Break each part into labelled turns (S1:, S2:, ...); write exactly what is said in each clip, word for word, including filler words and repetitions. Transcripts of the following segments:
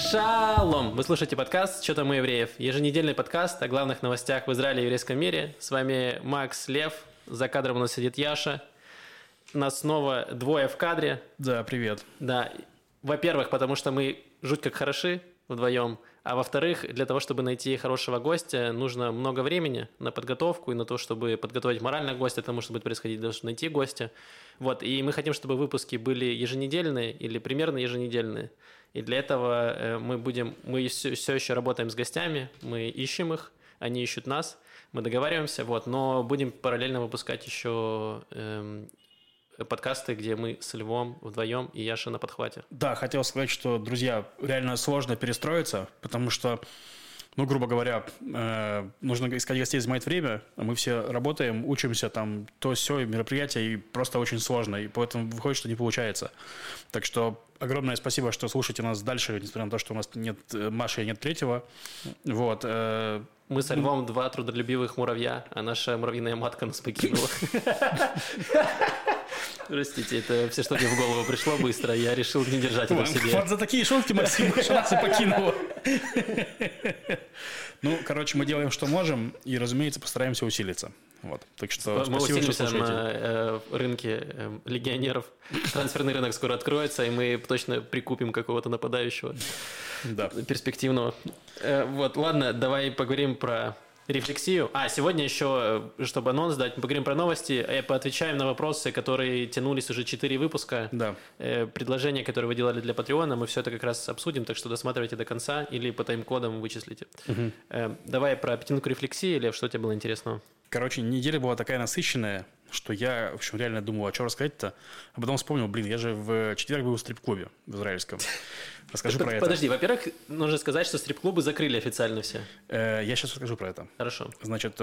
S1: Шалом! Вы слушаете подкаст «Чё там у евреев?» Еженедельный подкаст о главных новостях в Израиле и еврейском мире. С вами Макс, Лев, за кадром у нас сидит Яша. Нас снова двое в кадре.
S2: Да, привет.
S1: Да, во-первых, потому что мы жуть как хороши вдвоем, а во-вторых, для того, чтобы найти хорошего гостя, нужно много времени на подготовку и на то, чтобы подготовить морально гостя, тому, что будет происходить, для того, чтобы найти гостя. Вот, и мы хотим, чтобы выпуски были еженедельные или примерно еженедельные. И для этого мы будем, мы все еще работаем с гостями, мы ищем их, они ищут нас, мы договариваемся, вот, но будем параллельно выпускать еще эм, подкасты, где мы с Львом вдвоем и Яша на подхвате.
S2: Да, хотел сказать, что, друзья, реально сложно перестроиться, потому что, ну, грубо говоря, э, нужно искать гостей, занимает время, а мы все работаем, учимся, там, то сё, мероприятия, и просто очень сложно, и поэтому выходит, что не получается. Так что огромное спасибо, что слушаете нас дальше, несмотря на то, что у нас нет Маши и нет третьего. Вот. Э,
S1: мы со Львом два трудолюбивых муравья, а наша муравьиная матка нас покинула. Простите, это все, что мне в голову пришло быстро, я решил не держать это в себе.
S2: Вот за такие шутки Максим нас и покинул. Ну, короче, мы делаем, что можем, и, разумеется, постараемся усилиться. Вот. Так что
S1: мы
S2: спасибо, что
S1: усилимся
S2: слушаете.
S1: на э, рынке э, легионеров. Трансферный рынок скоро откроется, и мы точно прикупим какого-то нападающего.
S2: Да.
S1: Перспективного. Э, вот, ладно, давай поговорим про рефлексию. А, сегодня еще, чтобы анонс дать, мы поговорим про новости, поотвечаем на вопросы, которые тянулись уже четыре выпуска.
S2: Да.
S1: Э, предложения, которые вы делали для Патреона, мы все это как раз обсудим, так что досматривайте до конца или по тайм-кодам вычислите. Угу. Э, давай про пятинку рефлексии, Лев, что тебе было интересного?
S2: Короче, неделя была такая насыщенная, что я, в общем, реально думал, а что рассказать-то? А потом вспомнил, блин, я же в четверг был в стрип-клубе в израильском. Расскажу про это.
S1: Подожди, во-первых, нужно сказать, что стрип-клубы закрыли официально все.
S2: Я сейчас расскажу про это.
S1: Хорошо.
S2: Значит,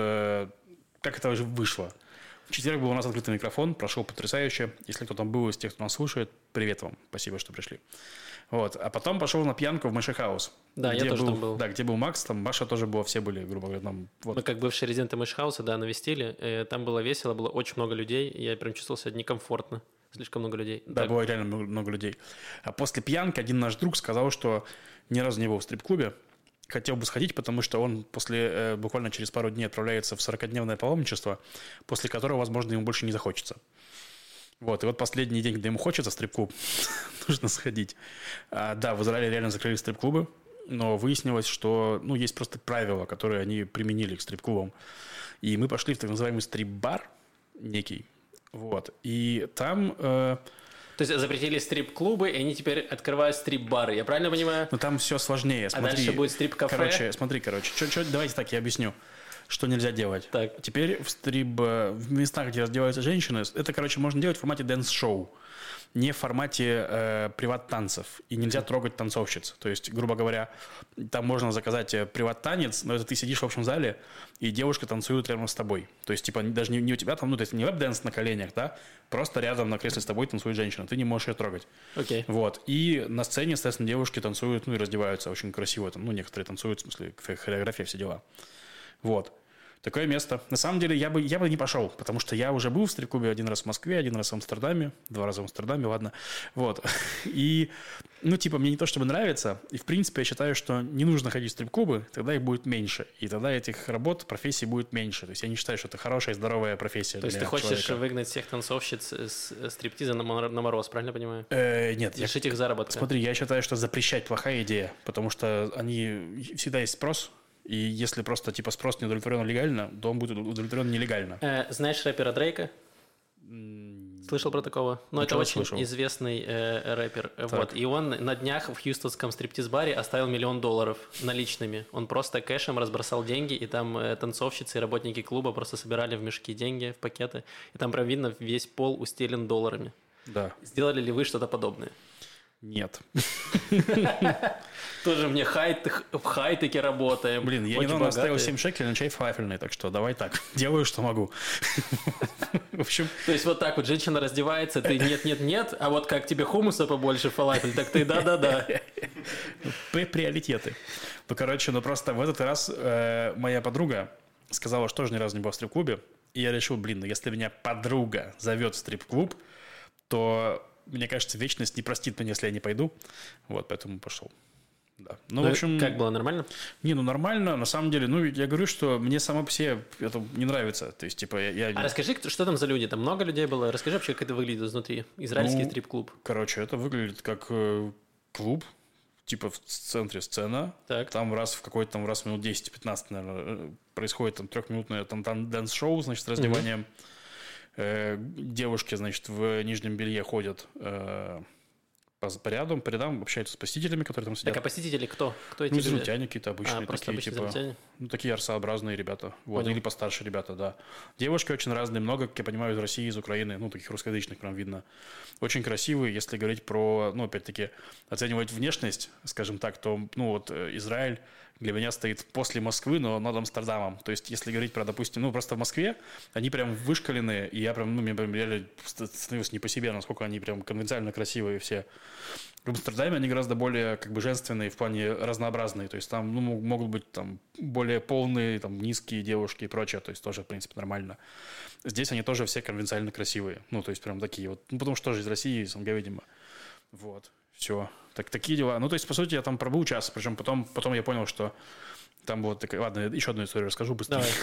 S2: как это уже вышло? В четверг был у нас открытый микрофон, прошел потрясающе. Если кто там был из тех, кто нас слушает, привет вам, спасибо, что пришли. Вот. А потом пошел на пьянку в Мэши Хаус.
S1: Да, я тоже
S2: был,
S1: там был.
S2: Да, где был Макс, там Маша тоже была, все были, грубо говоря, там. Вот.
S1: Мы как бывшие резиденты Мэши Хауса, да, навестили. Там было весело, было очень много людей. Я прям чувствовал себя некомфортно. Слишком много людей.
S2: Да, так. Было реально много, много людей. А после пьянки один наш друг сказал, что ни разу не был в стрип-клубе. Хотел бы сходить, потому что он после, э, буквально через пару дней отправляется в сорокадневное паломничество, после которого, возможно, ему больше не захочется. Вот, и вот последний день, когда ему хочется в стрип-клуб, нужно сходить. А, да, в Израиле реально закрыли стрип-клубы, но выяснилось, что, ну, есть просто правила, которые они применили к стрип-клубам. И мы пошли в так называемый стрип-бар некий, вот, и там... Э,
S1: То есть запретили стрип-клубы, и они теперь открывают стрип-бары, я правильно понимаю?
S2: Ну, там все сложнее. Смотри,
S1: а дальше будет стрип-кафе?
S2: Короче, смотри, короче. Чё, чё, давайте так, я объясню, что нельзя делать.
S1: Так.
S2: Теперь в стрип... В местах, где раздеваются женщины, это, короче, можно делать в формате дэнс-шоу, не в формате э, приват-танцев. И нельзя трогать танцовщиц. То есть, грубо говоря, там можно заказать приват-танец, но это ты сидишь в общем зале, и девушка танцует рядом с тобой. То есть, типа, даже не, не у тебя там, ну, то есть, не веб-дэнс на коленях, да, просто рядом на кресле с тобой танцует женщина. Ты не можешь ее трогать.
S1: Окей.
S2: Вот. И на сцене, соответственно, девушки танцуют, ну, и раздеваются очень красиво. Там, ну, некоторые танцуют, в смысле, хореография, все дела. Вот. Такое место. На самом деле, я бы, я бы не пошел, потому что я уже был в стрип-клубе один раз в Москве, один раз в Амстердаме, два раза в Амстердаме, ладно. Вот. И, ну, типа, мне не то чтобы нравится, и, в принципе, я считаю, что не нужно ходить в стрип-клубы, тогда их будет меньше, и тогда этих работ, профессий будет меньше. То есть я не считаю, что это хорошая и здоровая профессия.
S1: То есть ты хочешь человека. выгнать всех танцовщиц с стриптиза на мороз, правильно понимаю?
S2: Э, нет.
S1: Лишить их заработка.
S2: Смотри, я считаю, что запрещать плохая идея, потому что они, всегда есть спрос. И если просто типа спрос не удовлетворен легально, то он будет удовлетворен нелегально.
S1: Э, знаешь рэпера Дрейка? Слышал про такого? Ну, это очень слышал. известный э, рэпер. Вот. И он на днях в хьюстонском стриптиз-баре оставил миллион долларов наличными. Он просто кэшем разбросал деньги, и там э, танцовщицы и работники клуба просто собирали в мешки деньги, в пакеты. И там прям видно, весь пол устелен долларами.
S2: Да.
S1: Сделали ли вы что-то подобное?
S2: Нет.
S1: Тоже мне в хай-теке работаем.
S2: Блин, я недавно оставил семь шекелей на чай фалафельный, так что давай так, делаю, что могу. В общем...
S1: То есть вот так вот женщина раздевается, ты нет-нет-нет, а вот как тебе хумуса побольше фалафель, так ты да-да-да.
S2: Приоритеты. Ну, короче, ну просто в этот раз моя подруга сказала, что тоже ни разу не была в стрип-клубе, и я решил, блин, ну если меня подруга зовет в стрип-клуб, то... Мне кажется, вечность не простит меня, если я не пойду. Вот, поэтому пошел. Да. Ну,
S1: ну,
S2: в общем...
S1: Как было, нормально?
S2: Не, ну нормально, на самом деле. Ну, я говорю, что мне само по себе это не нравится. То есть, типа, я... я...
S1: А расскажи, что там за люди? Там много людей было? Расскажи вообще, как это выглядит изнутри. Израильский
S2: ну,
S1: стрип-клуб.
S2: Короче, это выглядит как э, клуб. Типа в центре сцена.
S1: Так.
S2: Там раз в какой-то там раз минут десять-пятнадцать, наверное, происходит там трехминутное там, там дэнс-шоу, значит, с раздеванием. Mm-hmm. Э, девушки, значит, в нижнем белье ходят э, по, по рядам, по рядам общаются с посетителями, которые там сидят.
S1: Так, а посетители кто? Кто эти
S2: ну,
S1: люди?
S2: израильтяне какие-то обычные,
S1: а,
S2: такие, типа,
S1: израильтяне?
S2: ну, такие арсообразные ребята. Вот,
S1: Понял.
S2: или постарше ребята, да. Девушки очень разные, много, как я понимаю, из России, из Украины, ну, таких русскоязычных прям видно. Очень красивые, если говорить про, ну, опять-таки, оценивать внешность, скажем так, то, ну, вот, Израиль для меня стоит после Москвы, но над Амстердамом. То есть, если говорить про, допустим, ну, просто в Москве, они прям вышкаленные, и я прям, ну, мне прям реально становился не по себе, насколько они прям конвенциально красивые все. В Амстердаме они гораздо более, как бы, женственные в плане разнообразные. То есть, там, ну, могут быть там более полные, там, низкие девушки и прочее. То есть, тоже, в принципе, нормально. Здесь они тоже все конвенциально красивые. Ну, то есть, прям такие вот. Ну, потому что тоже из России, из СНГ, видимо. Вот. Все. Так, такие дела. Ну, то есть, по сути, я там пробыл час. Причем потом, потом я понял, что там вот такая... Ладно, еще одну историю расскажу быстрее.
S1: Давай.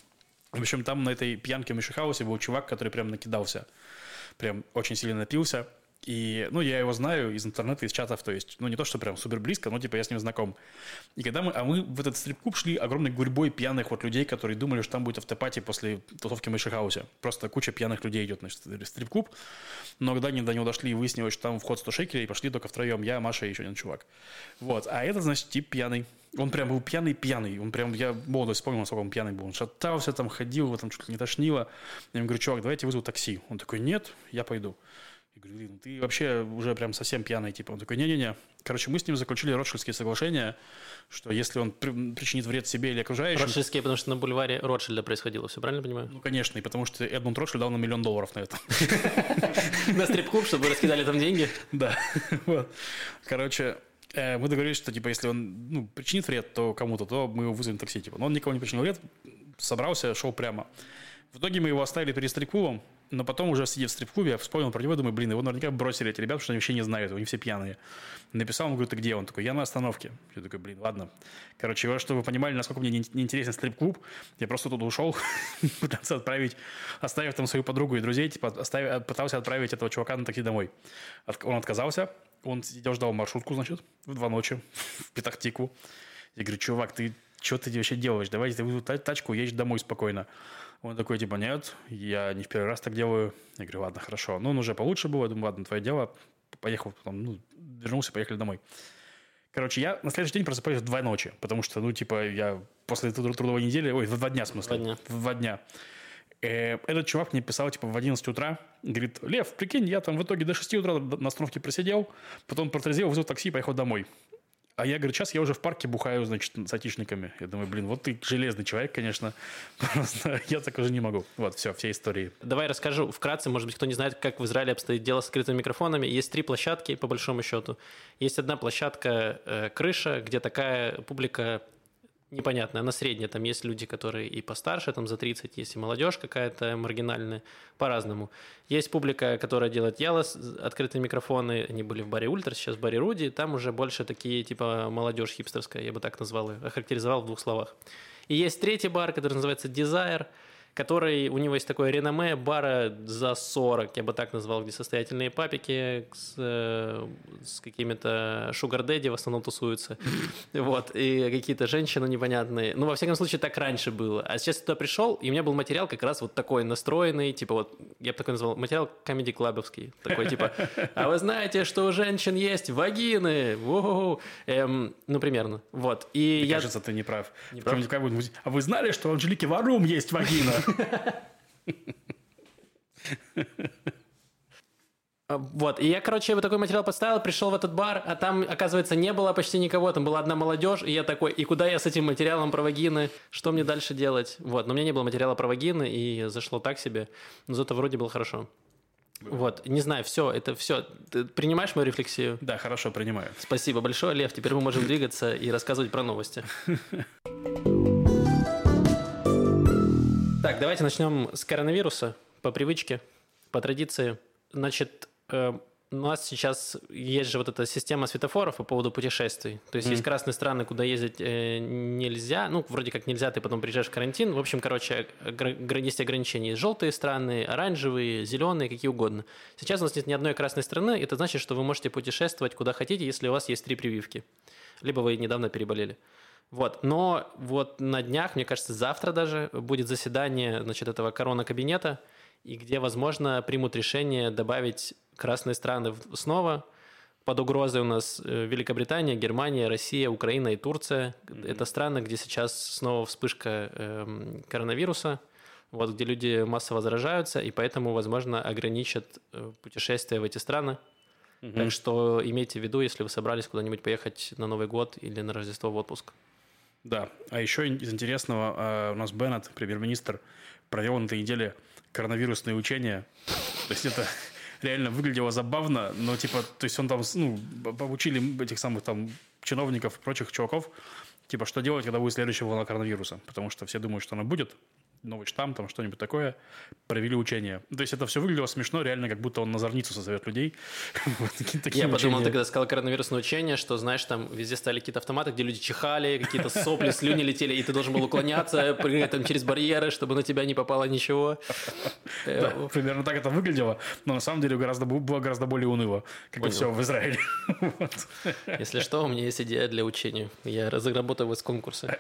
S2: В общем, там на этой пьянке в Мишехаусе был чувак, который прям накидался. Прям очень сильно напился. И, ну, я его знаю из интернета, из чатов, то есть, ну, не то, что прям супер близко, но, типа, я с ним знаком. И когда мы, а мы в этот стрип-клуб шли огромной гурьбой пьяных вот людей, которые думали, что там будет автопати после тусовки в Мишехаусе. Просто куча пьяных людей идет, значит, в стрип-клуб. Но когда они до него дошли и выяснилось, что там вход сто шекелей, и пошли только втроем, я, Маша и еще один чувак. Вот. А этот, значит, тип пьяный. Он прям был пьяный-пьяный. Он прям, я молодость вспомнил, насколько он пьяный был. Он шатался там, ходил, его там чуть ли не тошнило. Я ему говорю, чувак, давайте вызову такси. Он такой, нет, я пойду. Я говорю, Лин, ты вообще уже прям совсем пьяный, типа. Он такой, не-не-не. Короче, мы с ним заключили Ротшильдские соглашения, что если он при- причинит вред себе или окружающим...
S1: Ротшильдские, потому что на бульваре Ротшильда происходило, все правильно понимаю?
S2: Ну, конечно, и потому что Эдмунд Ротшильд дал на миллион долларов на это.
S1: На стрип-клуб, чтобы раскидали там деньги?
S2: Да. Короче, мы договорились, что, типа, если он, ну, причинит вред то кому-то, то мы его вызовем такси, типа. Но он никого не причинил вред, собрался, шел прямо. В итоге мы его оставили перед стрип-клубом, но потом уже сидя в стрип-клубе, я вспомнил про него, думаю, блин, его наверняка бросили эти ребята, потому что они вообще не знают, они все пьяные. Написал, он говорит, ты где? Он такой, я на остановке. Я такой, блин, ладно. Короче, чтобы вы понимали, насколько мне неинтересен стрип-клуб, я просто туда ушел, пытался отправить, оставив там свою подругу и друзей, типа, оставив, пытался отправить этого чувака на такси домой. Он отказался, он сидел, ждал маршрутку, значит, в два ночи, в Петах-Тикву. Я говорю, чувак, ты что ты вообще делаешь? Давай ты вызови тачку, едешь домой спокойно. Он такой, типа, нет, я не в первый раз так делаю. Я говорю, ладно, хорошо. Ну, он уже получше был, я думаю, ладно, твое дело. Поехал, потом, ну, вернулся, поехали домой. Короче, я на следующий день просыпаюсь в два ночи, потому что, ну, типа, я после трудовой недели, ой, в два дня, в смысле.
S1: Два дня.
S2: В два дня. Э, этот чувак мне писал, типа, в одиннадцать утра, говорит, Лев, прикинь, я там в итоге до шести утра на остановке просидел, потом протрезвел, вызвал такси и поехал домой. А я, говорю, сейчас я уже в парке бухаю, значит, с айтишниками. Я думаю, блин, вот ты железный человек, конечно. Просто я так уже не могу. Вот, все, все истории.
S1: Давай расскажу вкратце, может быть, кто не знает, как в Израиле обстоит дело с открытыми микрофонами. Есть три площадки, по большому счету. Есть одна площадка, э, крыша, где такая публика непонятная, она средняя. Там есть люди, которые и постарше, там за тридцать, есть и молодежь какая-то маргинальная, по-разному. Есть публика, которая делает ялос, открытые микрофоны, они были в баре Ультра, сейчас в баре Руди, там уже больше такие, типа, молодежь хипстерская, я бы так назвал ее, охарактеризовал в двух словах. И есть третий бар, который называется Desire, который, у него есть такое реноме бара за сорок, я бы так назвал, где состоятельные папики с, с какими-то шугар-дэдди в основном тусуются, вот, и какие-то женщины непонятные. Ну, во всяком случае, так раньше было. А сейчас я туда пришел, и у меня был материал как раз вот такой настроенный, типа вот, я бы такой назвал, материал комеди-клабовский, такой типа, а вы знаете, что у женщин есть вагины? Эм, ну, примерно, вот. И
S2: Мне
S1: я...
S2: кажется, ты не прав.
S1: Не прав?
S2: А вы знали, что у Анжелики Варум есть вагина?
S1: Вот, и я, короче, вот такой материал поставил, пришел в этот бар, а там, оказывается, не было почти никого, там была одна молодежь, и я такой, и куда я с этим материалом про вагины, что мне дальше делать? Вот, но у меня не было материала про вагины, и зашло так себе, но зато вроде было хорошо. Вот, не знаю, все, это все. Ты принимаешь мою рефлексию?
S2: Да, хорошо, принимаю.
S1: Спасибо большое, Лев, теперь мы можем двигаться и рассказывать про новости. Так, давайте начнем с коронавируса, по привычке, по традиции. Значит, у нас сейчас есть же вот эта система светофоров по поводу путешествий. То есть mm. есть красные страны, куда ездить э, нельзя. Ну, вроде как нельзя, ты потом приезжаешь в карантин. В общем, короче, огр- есть ограничения. Есть желтые страны, оранжевые, зеленые, какие угодно. Сейчас у нас нет ни одной красной страны. Это значит, что вы можете путешествовать куда хотите, если у вас есть три прививки. Либо вы недавно переболели. Вот. Но вот на днях, мне кажется, завтра даже будет заседание, значит, этого корона-кабинета, и где, возможно, примут решение добавить красные страны снова. Под угрозой у нас Великобритания, Германия, Россия, Украина и Турция. Mm-hmm. Это страны, где сейчас снова вспышка э, коронавируса, вот, где люди массово заражаются, и поэтому, возможно, ограничат путешествия в эти страны. Mm-hmm. Так что имейте в виду, если вы собрались куда-нибудь поехать на Новый год или на Рождество в отпуск.
S2: Да, а еще из интересного, у нас Беннет, премьер-министр, провел на этой неделе коронавирусные учения. То есть это реально выглядело забавно, но типа, то есть он там, ну, обучили этих самых там чиновников и прочих чуваков, типа, что делать, когда будет следующая волна коронавируса, потому что все думают, что она будет, новый штамм, там что-нибудь такое, провели учения. То есть это все выглядело смешно, реально, как будто он на зорницу созовет людей.
S1: Я подумал, ты когда сказал коронавирусное учение, что, знаешь, там везде стали какие-то автоматы, где люди чихали, какие-то сопли, слюни летели, и ты должен был уклоняться, прыгать там через барьеры, чтобы на тебя не попало ничего.
S2: Да, примерно так это выглядело, но на самом деле гораздо, было гораздо более уныло, как и все в Израиле.
S1: Если что, у меня есть идея для учения. Я разработаю из конкурса.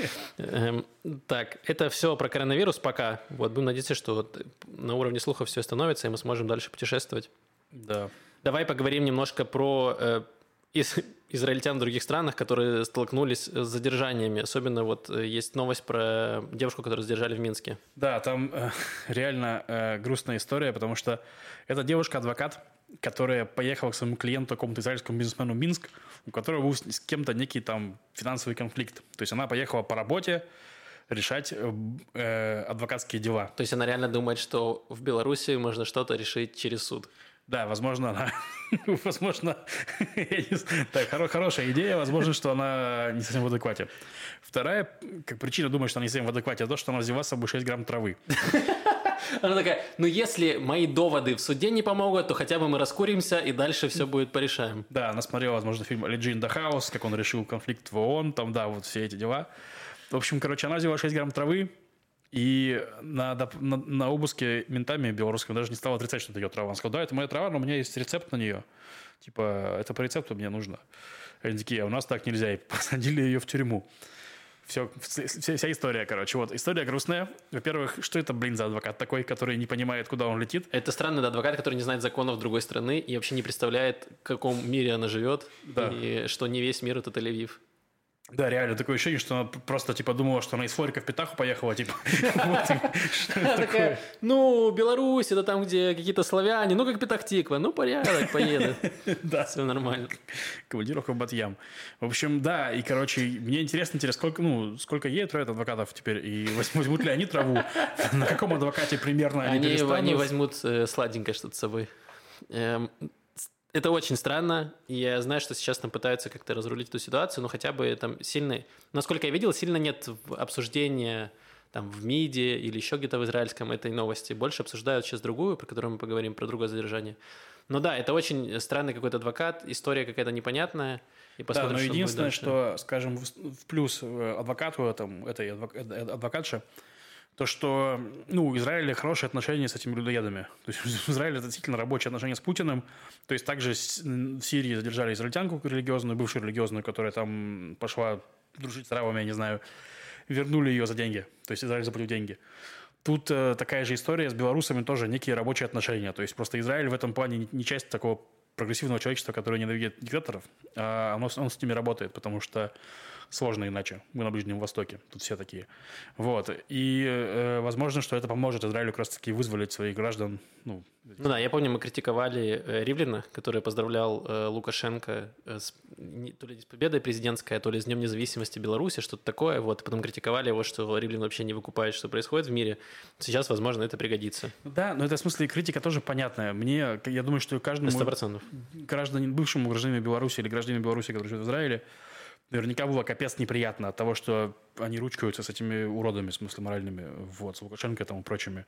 S1: Так, это все про коронавирус. Коронавирус пока. Вот, будем надеяться, что вот на уровне слуха все остановится, и мы сможем дальше путешествовать.
S2: Да.
S1: Давай поговорим немножко про э, из, израильтян в других странах, которые столкнулись с задержаниями. Особенно вот есть новость про девушку, которую задержали в Минске.
S2: Да, там э, реально э, грустная история, потому что эта девушка-адвокат, которая поехала к своему клиенту, какому-то израильскому бизнесмену в Минск, у которого был с кем-то некий там финансовый конфликт. То есть она поехала по работе решать э, адвокатские дела.
S1: То есть она реально думает, что в Беларуси можно что-то решить через суд.
S2: Да, возможно, она... возможно, так, хорошая идея. Возможно, что она не совсем в адеквате. Вторая, как причина думать, что она не совсем в адеквате, то, что она взяла с собой шесть грамм травы.
S1: Она такая, ну если мои доводы в суде не помогут, то хотя бы мы раскуримся, и дальше все будет порешаем.
S2: Да, она смотрела, возможно, фильм «Elegy in the House», как он решил конфликт в ООН, там, да, вот все эти дела. В общем, короче, она взяла шесть грамм травы, и на, на, на обыске ментами белорусскими даже не стала отрицать, что это ее трава. Она сказала, да, это моя трава, но у меня есть рецепт на нее. Типа, это по рецепту мне нужно. Они такие, а у нас так нельзя. И посадили ее в тюрьму. Все, вся, вся история, короче. Вот, история грустная. Во-первых, что это, блин, за адвокат такой, который не понимает, куда он летит?
S1: Это странный адвокат, который не знает законов другой страны и вообще не представляет, в каком мире она живет. Да. И что не весь мир — это Тель-Авив.
S2: Да, реально, такое ощущение, что она просто, типа, думала, что она из Флорика в Петаху поехала, типа.
S1: Она такая, ну, Беларусь, это там, где какие-то славяне, ну, как Петахтиква, ну, порядок, поеду.
S2: Да.
S1: Все нормально.
S2: Командировка в Батьям. В общем, да, и, короче, мне интересно, интересно, сколько, ну, сколько ей отправят адвокатов теперь, и возьмут ли они траву, на каком адвокате примерно они перестанут.
S1: Они возьмут сладенькое что-то с собой. Это очень странно. Я знаю, что сейчас там пытаются как-то разрулить эту ситуацию, но хотя бы там сильно... Насколько я видел, сильно нет обсуждения там в МИДе или еще где-то в израильском этой новости. Больше обсуждают сейчас другую, про которую мы поговорим, про другое задержание. Но да, это очень странный какой-то адвокат, история какая-то непонятная. И
S2: да, но единственное, что, скажем, в плюс адвокату, там, этой адвокатше, то, что, ну, у Израиля хорошие отношения с этими людоедами. То есть в Израиле действительно рабочие отношения с Путиным. То есть также в Сирии задержали израильтянку религиозную, бывшую религиозную, которая там пошла дружить с арабами, я не знаю. Вернули ее за деньги. То есть Израиль заплатил деньги. Тут э, такая же история с белорусами, тоже некие рабочие отношения. То есть просто Израиль в этом плане не часть такого прогрессивного человечества, которое ненавидит диктаторов, а он, он с ними работает, потому что сложно иначе. Мы на Ближнем Востоке. Тут все такие. Вот. И э, возможно, что это поможет Израилю как раз-таки вызволить своих граждан. Ну,
S1: ну да, я помню, мы критиковали э, Ривлина, который поздравлял э, Лукашенко э, с, не, то ли с победой президентской, то ли с Днем независимости Беларуси, что-то такое. Вот. Потом критиковали его, что Ривлин вообще не выкупает, что происходит в мире. Сейчас, возможно, это пригодится.
S2: Да, но это в смысле критика тоже понятная. Мне, я думаю, что каждому...
S1: сто процентов.
S2: Гражданин, бывшему гражданину Беларуси или гражданину Беларуси, который живет в Израиле, наверняка было капец неприятно от того, что они ручкаются с этими уродами, в смысле моральными, вот, с Лукашенко и тому прочими.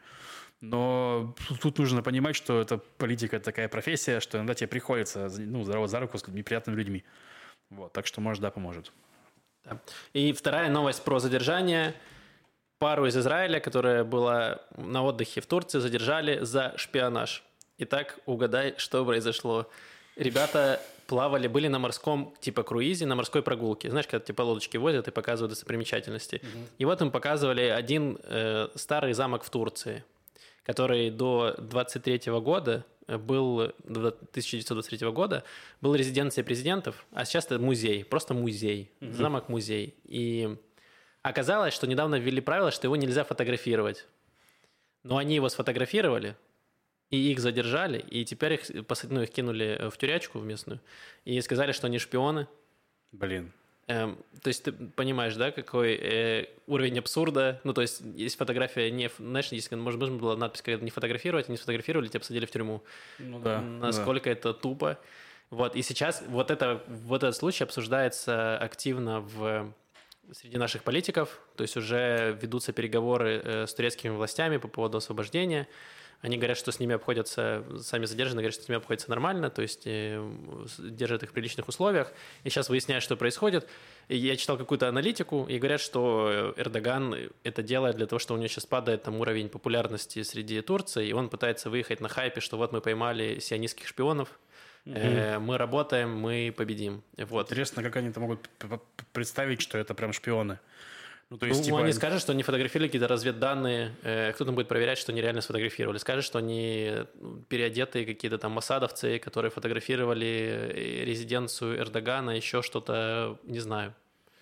S2: Но тут нужно понимать, что это политика такая профессия, что иногда тебе приходится, ну, здорово за руку с неприятными людьми. Вот, так что, может, да, поможет.
S1: Да. И вторая новость про задержание. Пару из Израиля, которая была на отдыхе в Турции, задержали за шпионаж. Итак, угадай, что произошло. Ребята плавали, были на морском типа круизе, на морской прогулке. Знаешь, когда типа лодочки возят и показывают достопримечательности. Угу. И вот им показывали один э, старый замок в Турции, который до двадцать третьего года был, до тысяча девятьсот двадцать третьего года, был резиденцией президентов, а сейчас это музей, просто музей, угу. замок-музей. И оказалось, что недавно ввели правило, что его нельзя фотографировать. Но они его сфотографировали, и их задержали, и теперь их, ну, их кинули в тюрячку в местную, и сказали, что они шпионы.
S2: Блин.
S1: Эм, то есть ты понимаешь, да, какой э, уровень абсурда? Ну, то есть есть фотография, не, знаешь, если, может, можно было надпись не фотографировать, они сфотографировали, тебя посадили в тюрьму.
S2: Ну да.
S1: Насколько да. это тупо. Вот, и сейчас вот, это, вот этот случай обсуждается активно в... среди наших политиков, то есть уже ведутся переговоры э, с турецкими властями по поводу освобождения. Они говорят, что с ними обходятся, сами задержанные говорят, что с ними обходятся нормально, то есть э, держат их в приличных условиях. И сейчас выясняют, что происходит. И я читал какую-то аналитику, и говорят, что Эрдоган это делает для того, что у него сейчас падает там уровень популярности среди Турции, и он пытается выехать на хайпе, что вот мы поймали сионистских шпионов, угу. э, мы работаем, мы победим. Вот.
S2: Интересно, как они это могут представить, что это прям шпионы.
S1: Ну, то есть, ну, типа... они скажут, что они фотографировали какие-то разведданные, э, кто там будет проверять, что они реально сфотографировали. Скажут, что они переодетые какие-то там моссадовцы, которые фотографировали резиденцию Эрдогана, еще что-то, не знаю.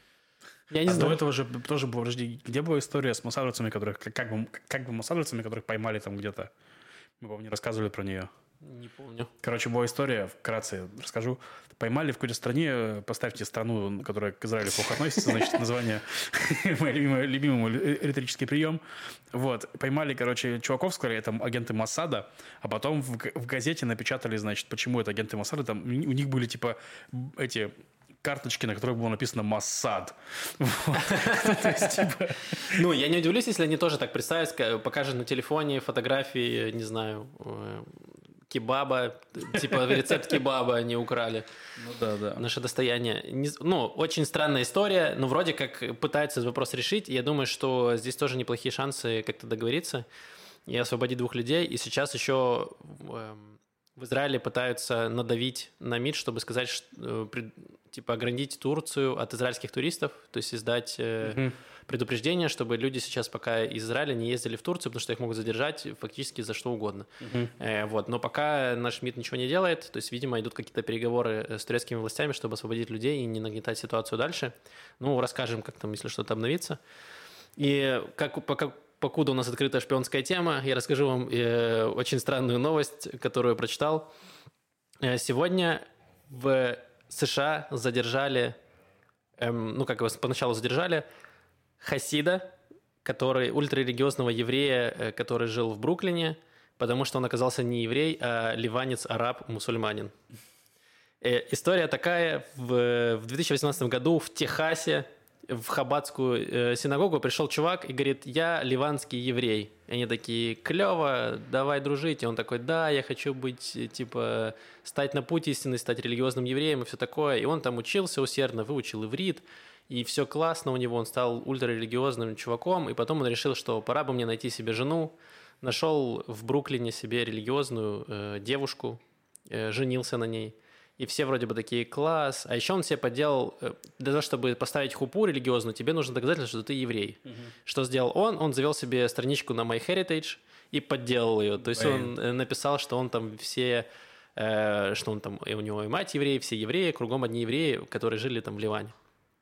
S2: Я не а знаю. До этого же тоже было, подожди, где была история с моссадовцами, которых, как бы, как бы моссадовцами, которых поймали там где-то? Мы, по-моему, не рассказывали про нее.
S1: Не помню.
S2: Короче, была история, вкратце расскажу. Поймали в какой-то стране, поставьте страну, которая к Израилю плохо относится, значит, название, мой любимый, любимый риторический прием. Вот, поймали, короче, чуваков, сказали, это агенты Моссада, а потом в, в газете напечатали, значит, почему это агенты Моссада, там у них были, типа, эти... карточки, на которых было написано «Моссад».
S1: Ну, я не удивлюсь, если они тоже так представят, покажут на телефоне фотографии, не знаю, кебаба, типа рецепт кебаба они украли.
S2: Ну да, да.
S1: Наше достояние. Ну, очень странная история, но вроде как пытаются этот вопрос решить. Я думаю, что здесь тоже неплохие шансы как-то договориться и освободить двух людей. И сейчас еще... В Израиле пытаются надавить на МИД, чтобы сказать, что, типа, ограничить Турцию от израильских туристов, то есть издать uh-huh. предупреждение, чтобы люди сейчас пока из Израиля не ездили в Турцию, потому что их могут задержать фактически за что угодно. Uh-huh. Э, вот. Но пока наш МИД ничего не делает, то есть, видимо, идут какие-то переговоры с турецкими властями, чтобы освободить людей и не нагнетать ситуацию дальше. Ну, расскажем, как там, если что-то обновится. И как, пока... Покуда у нас открытая шпионская тема, я расскажу вам э, очень странную новость, которую я прочитал. Э, сегодня в США задержали, эм, ну как его поначалу задержали, хасида, который, ультрарелигиозного еврея, э, который жил в Бруклине, потому что он оказался не еврей, а ливанец, араб, мусульманин. Э, история такая, в, в две тысячи восемнадцатом году в Техасе в Хабадскую э, синагогу пришел чувак и говорит: я ливанский еврей. И они такие: клево, давай дружить. И он такой: да, я хочу быть, типа, стать на путь истины, стать религиозным евреем и все такое. И он там учился усердно, выучил иврит, и все классно у него, он стал ультрарелигиозным чуваком. И потом он решил, что пора бы мне найти себе жену. Нашел в Бруклине себе религиозную э, девушку, э, женился на ней. И все вроде бы такие: класс. А еще он себе подделал, для того, чтобы поставить хупу религиозную, тебе нужно доказательство, что ты еврей. Uh-huh. Что сделал он? Он завел себе страничку на MyHeritage и подделал ее. То есть Блин. он написал, что он там все, э, что он там, и у него и мать евреи, все евреи, кругом одни евреи, которые жили там в Ливане.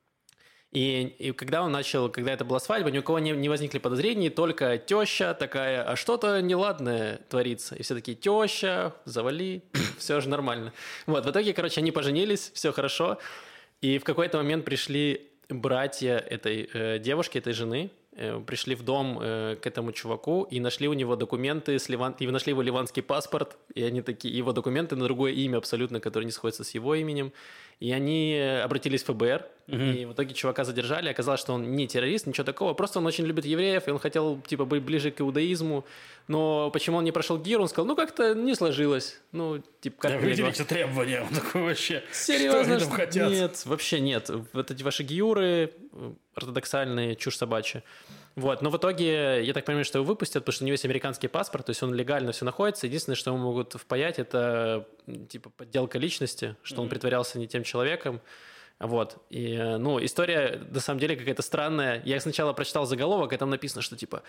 S1: И, и когда он начал, когда это была свадьба, ни у кого не, не возникли подозрений, только теща такая: а что-то неладное творится. И все такие: теща, завали, все же нормально. Вот, в итоге, короче, они поженились, все хорошо. И в какой-то момент пришли братья этой э, девушки, этой жены, э, пришли в дом э, к этому чуваку и нашли у него документы, с Ливан... и нашли его ливанский паспорт, и они такие, его документы на другое имя абсолютно, которое не сходится с его именем. И они обратились в эф бэ эр,
S2: Мгм.
S1: и в итоге чувака задержали. Оказалось, что он не террорист, ничего такого. Просто он очень любит евреев, и он хотел, типа, быть ближе к иудаизму. Но почему он не прошел гир, он сказал, ну, как-то не сложилось. Ну, типа, как
S2: Да,
S1: мне
S2: выделите требования. Он такой вообще,
S1: Серьезно?
S2: что они там
S1: что-
S2: хотят?
S1: Нет, вообще нет. Вот эти ваши гиюры э, ортодоксальные, чушь собачья. Вот, но в итоге, я так понимаю, что его выпустят, потому что у него есть американский паспорт, то есть он легально все находится. Единственное, что ему могут впаять, это м, типа подделка личности, что он
S2: Мгм.
S1: притворялся не тем человеком. Вот. И, э, ну, история на самом деле какая-то странная. Я сначала прочитал заголовок, и там написано, что типа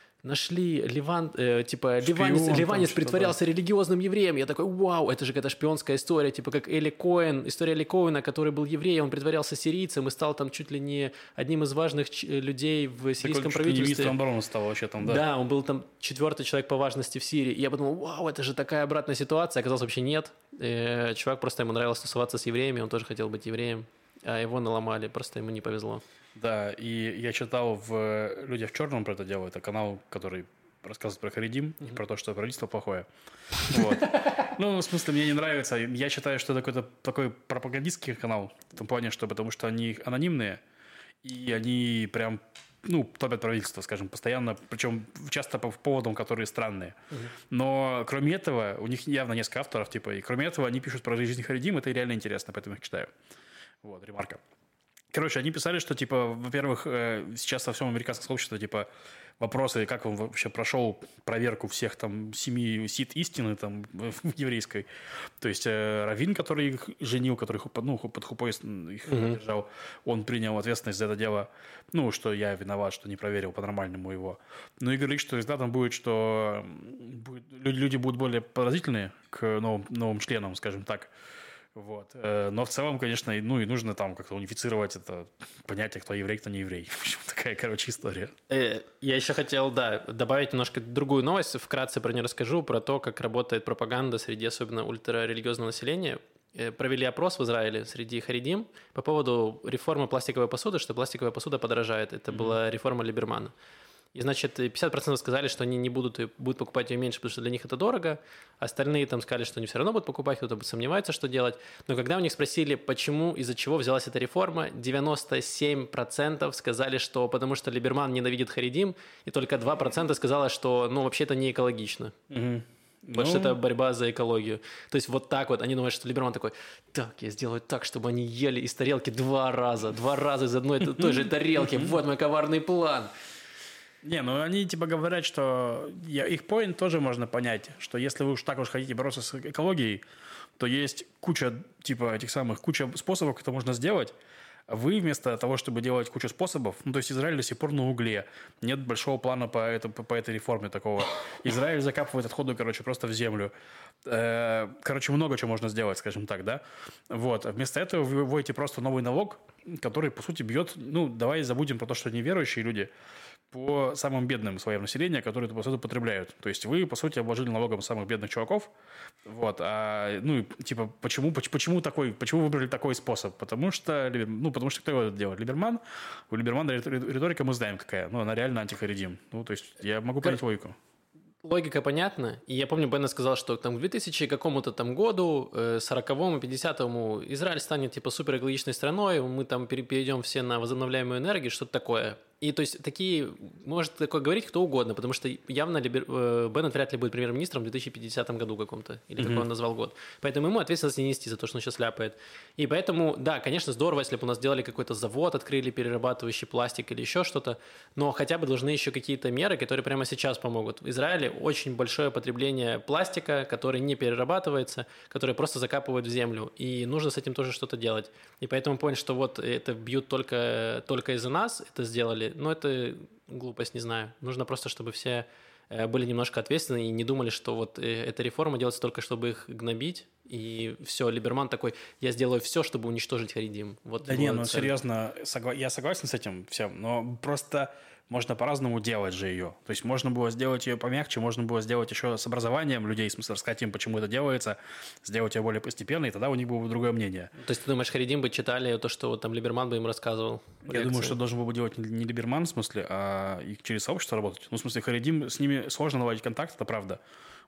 S1: нашли Ливан, э, типа ливанец,
S2: там
S1: ливанец
S2: что-то,
S1: притворялся религиозным евреем. Я такой, вау, это же какая-то шпионская история, типа как Эли Коэн, история Эли Коэна, который был евреем, он притворялся сирийцем и стал там чуть ли не одним из важных ч- людей в
S2: Так
S1: сирийском
S2: он чуть ли не
S1: правительстве.
S2: министром обороны стал вообще там, да.
S1: Да, он был там четвертый человек по важности в Сирии. И я подумал, вау, это же такая обратная ситуация. Оказалось, вообще нет. Э, Чувак просто ему нравилось тусоваться с евреями, он тоже хотел быть евреем, а его наломали, просто ему не повезло.
S2: Да, и я читал в «Людях в черном» про это дело. Это канал, который рассказывает про Харидим и про то, что правительство плохое. Вот. Ну, в смысле, мне не нравится. Я считаю, что это какой-то такой пропагандистский канал. В том плане, что потому что они анонимные, и они прям, ну, топят правительство, скажем, постоянно. Причем часто по поводам, которые странные. Но кроме этого, у них явно несколько авторов, типа, и кроме этого они пишут про жизнь Харидим. Это реально интересно, поэтому я их читаю. Вот, ремарка. Короче, они писали, что, типа, во-первых, э, сейчас во всем американском сообществе, типа, вопросы, как он вообще прошел проверку всех там семи сит истины там в еврейской. То есть э, раввин, который их женил, который ху- ну, ху- под хупой их
S1: Мгм.
S2: держал, он принял ответственность за это дело. Ну, что я виноват, что не проверил по-нормальному его. Ну и говорит, что результатом будет, что м, будет- люди, люди будут более подозрительные к новым, новым членам, скажем так. Вот. Э, Но в целом, конечно, и- ну и нужно там как-то унифицировать это понятие, кто еврей, кто не еврей. В общем, такая, короче, история.
S1: Э, Я еще хотел, да, добавить немножко другую новость, вкратце про нее расскажу, про то, как работает пропаганда среди особенно ультрарелигиозного населения. Э, Провели опрос в Израиле среди харидим по поводу реформы пластиковой посуды, что пластиковая посуда подорожает. Это была реформа Либермана. И, значит, пятьдесят процентов сказали, что они не будут, и будут покупать ее меньше, потому что для них это дорого. Остальные там сказали, что они все равно будут покупать, кто-то сомневается, что делать. Но когда у них спросили, почему, из-за чего взялась эта реформа, девяносто семь процентов сказали, что потому что Либерман ненавидит харидим, и только два процента сказало, что, ну, вообще это не экологично.
S2: Мгм.
S1: Потому что
S2: Ну,
S1: это борьба за экологию. То есть вот так вот они думают, что Либерман такой, так, я сделаю так, чтобы они ели из тарелки два раза, два раза из одной и той же тарелки. Вот мой коварный план.
S2: Не, ну они типа говорят, что я, их поинт тоже можно понять, что если вы уж так уж хотите бороться с экологией, то есть куча типа этих самых, куча способов, как это можно сделать. А вы вместо того, чтобы делать кучу способов, ну то есть Израиль до сих пор на угле, нет большого плана по, это, по, по этой реформе такого. Израиль закапывает отходы, короче, просто в землю. Э, Короче, много чего можно сделать, скажем так, да. Вот. А вместо этого вы вводите просто новый налог, который, по сути, бьет, ну давай забудем про то, что неверующие люди, по самым бедным слоям населения, которые эту посуду потребляют. То есть вы, по сути, обложили налогом самых бедных чуваков. Вот. А, ну, и, типа, почему, поч- почему, такой, почему выбрали такой способ? Потому что, Либер- ну, потому что кто его делает? Либерман. У Либермана ритор- риторика мы знаем какая. Ну, она реально антихаридим. Ну, то есть я могу понять логику.
S1: Логика понятна. И я помню, Беннет сказал, что там к две тысячи какому-то там году, э, сороковому, пятидесятому, Израиль станет типа супер экологичной страной, мы там пере- перейдем все на возобновляемую энергию, что-то такое. И то есть такие, может такое говорить кто угодно, потому что явно Либер, э, Беннет вряд ли будет премьер-министром в две тысячи пятидесятом году каком-то, или какой он назвал год. Поэтому ему ответственность не нести за то, что он сейчас ляпает. И поэтому, да, конечно, здорово, если бы у нас сделали какой-то завод, открыли перерабатывающий пластик или еще что-то, но хотя бы должны еще какие-то меры, которые прямо сейчас помогут. В Израиле очень большое потребление пластика, который не перерабатывается, который просто закапывают в землю, и нужно с этим тоже что-то делать. И поэтому понял, что вот это бьют только, только из-за нас, это сделали, но это глупость, не знаю. Нужно просто, чтобы все э, были немножко ответственны и не думали, что вот э, эта реформа делается только, чтобы их гнобить, и все, Либерман такой, я сделаю все, чтобы уничтожить харидим. Вот
S2: Да
S1: его
S2: не, ну
S1: цель.
S2: серьезно, согла- я согласен с этим всем, но просто можно по-разному делать же ее. То есть можно было сделать ее помягче, можно было сделать еще с образованием людей, в смысле рассказать им, почему это делается, сделать ее более постепенно, и тогда у них было бы другое мнение.
S1: То есть ты думаешь, харидим бы читали то, что вот там Либерман бы им рассказывал?
S2: Я
S1: лекции?
S2: думаю, что должен был бы делать не не Либерман, в смысле, а их через сообщество работать. Ну, в смысле, Харидим, с ними сложно наладить контакт, это правда.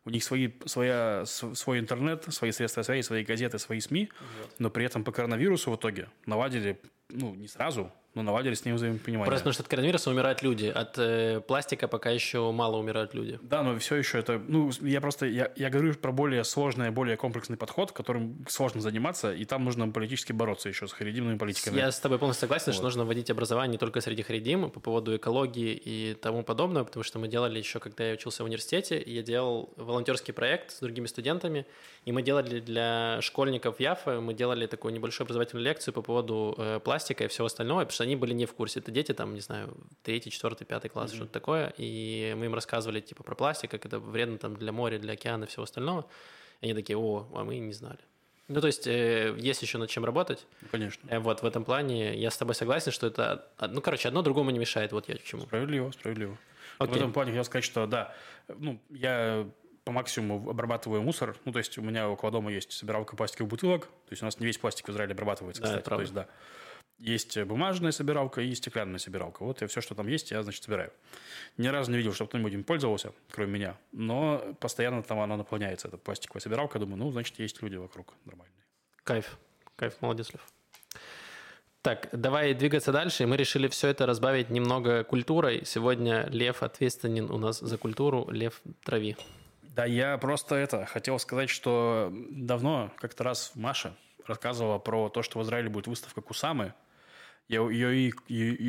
S2: у них свои, своя, свой интернет, свои средства связи, свои газеты, свои СМИ, вот. Но при этом по коронавирусу в итоге наладили, ну, не сразу, но наладили с ним взаимопонимание.
S1: Просто потому что от коронавируса умирают люди, от э, пластика пока еще мало умирают люди.
S2: Да, но все еще это... Ну, я просто... Я, я говорю про более сложный, более комплексный подход, которым сложно заниматься, и там нужно политически бороться еще с харидимными политиками.
S1: Я с тобой полностью согласен, вот. Что нужно вводить образование не только среди харидим по поводу экологии и тому подобное, потому что мы делали еще, когда я учился в университете, я делал волонтерский проект с другими студентами, и мы делали для школьников Яфы, мы делали такую небольшую образовательную лекцию по поводу э, пластика и всего остального, потому что они были не в курсе. Это дети, там, не знаю, третий, четвертый, пятый класс, mm-hmm. что-то такое. И мы им рассказывали, типа, про пластик, как это вредно там для моря, для океана и всего остального. И они такие, о, а мы не знали. Ну, то есть, э, есть еще над чем работать.
S2: Конечно.
S1: Э, вот в этом плане я с тобой согласен, что это... Ну, короче, одно другому не мешает. Вот я к чему.
S2: Справедливо, справедливо.
S1: Okay.
S2: В этом плане я сказать, что, да, ну, я... по максимуму обрабатываю мусор. Ну, то есть, у меня около дома есть собиралка пластиковых бутылок. То есть, у нас не весь пластик в Израиле обрабатывается,
S1: да,
S2: кстати. То есть, да. Есть бумажная собиралка и стеклянная собиралка. Вот и все, что там есть, я, значит, собираю. Ни разу не видел, чтобы кто-нибудь им пользовался, кроме меня. Но постоянно там оно наполняется, эта пластиковая собиралка. Думаю, ну, значит, есть люди вокруг нормальные.
S1: Кайф. Кайф, молодец, Лев. Так, давай двигаться дальше. Мы решили все это разбавить немного культурой. Сегодня Лев ответственен у нас за культуру. Лев, трави.
S2: Да, я просто это хотел сказать, что давно как-то раз Маша рассказывала про то, что в Израиле будет выставка Кусамы. Я ее и...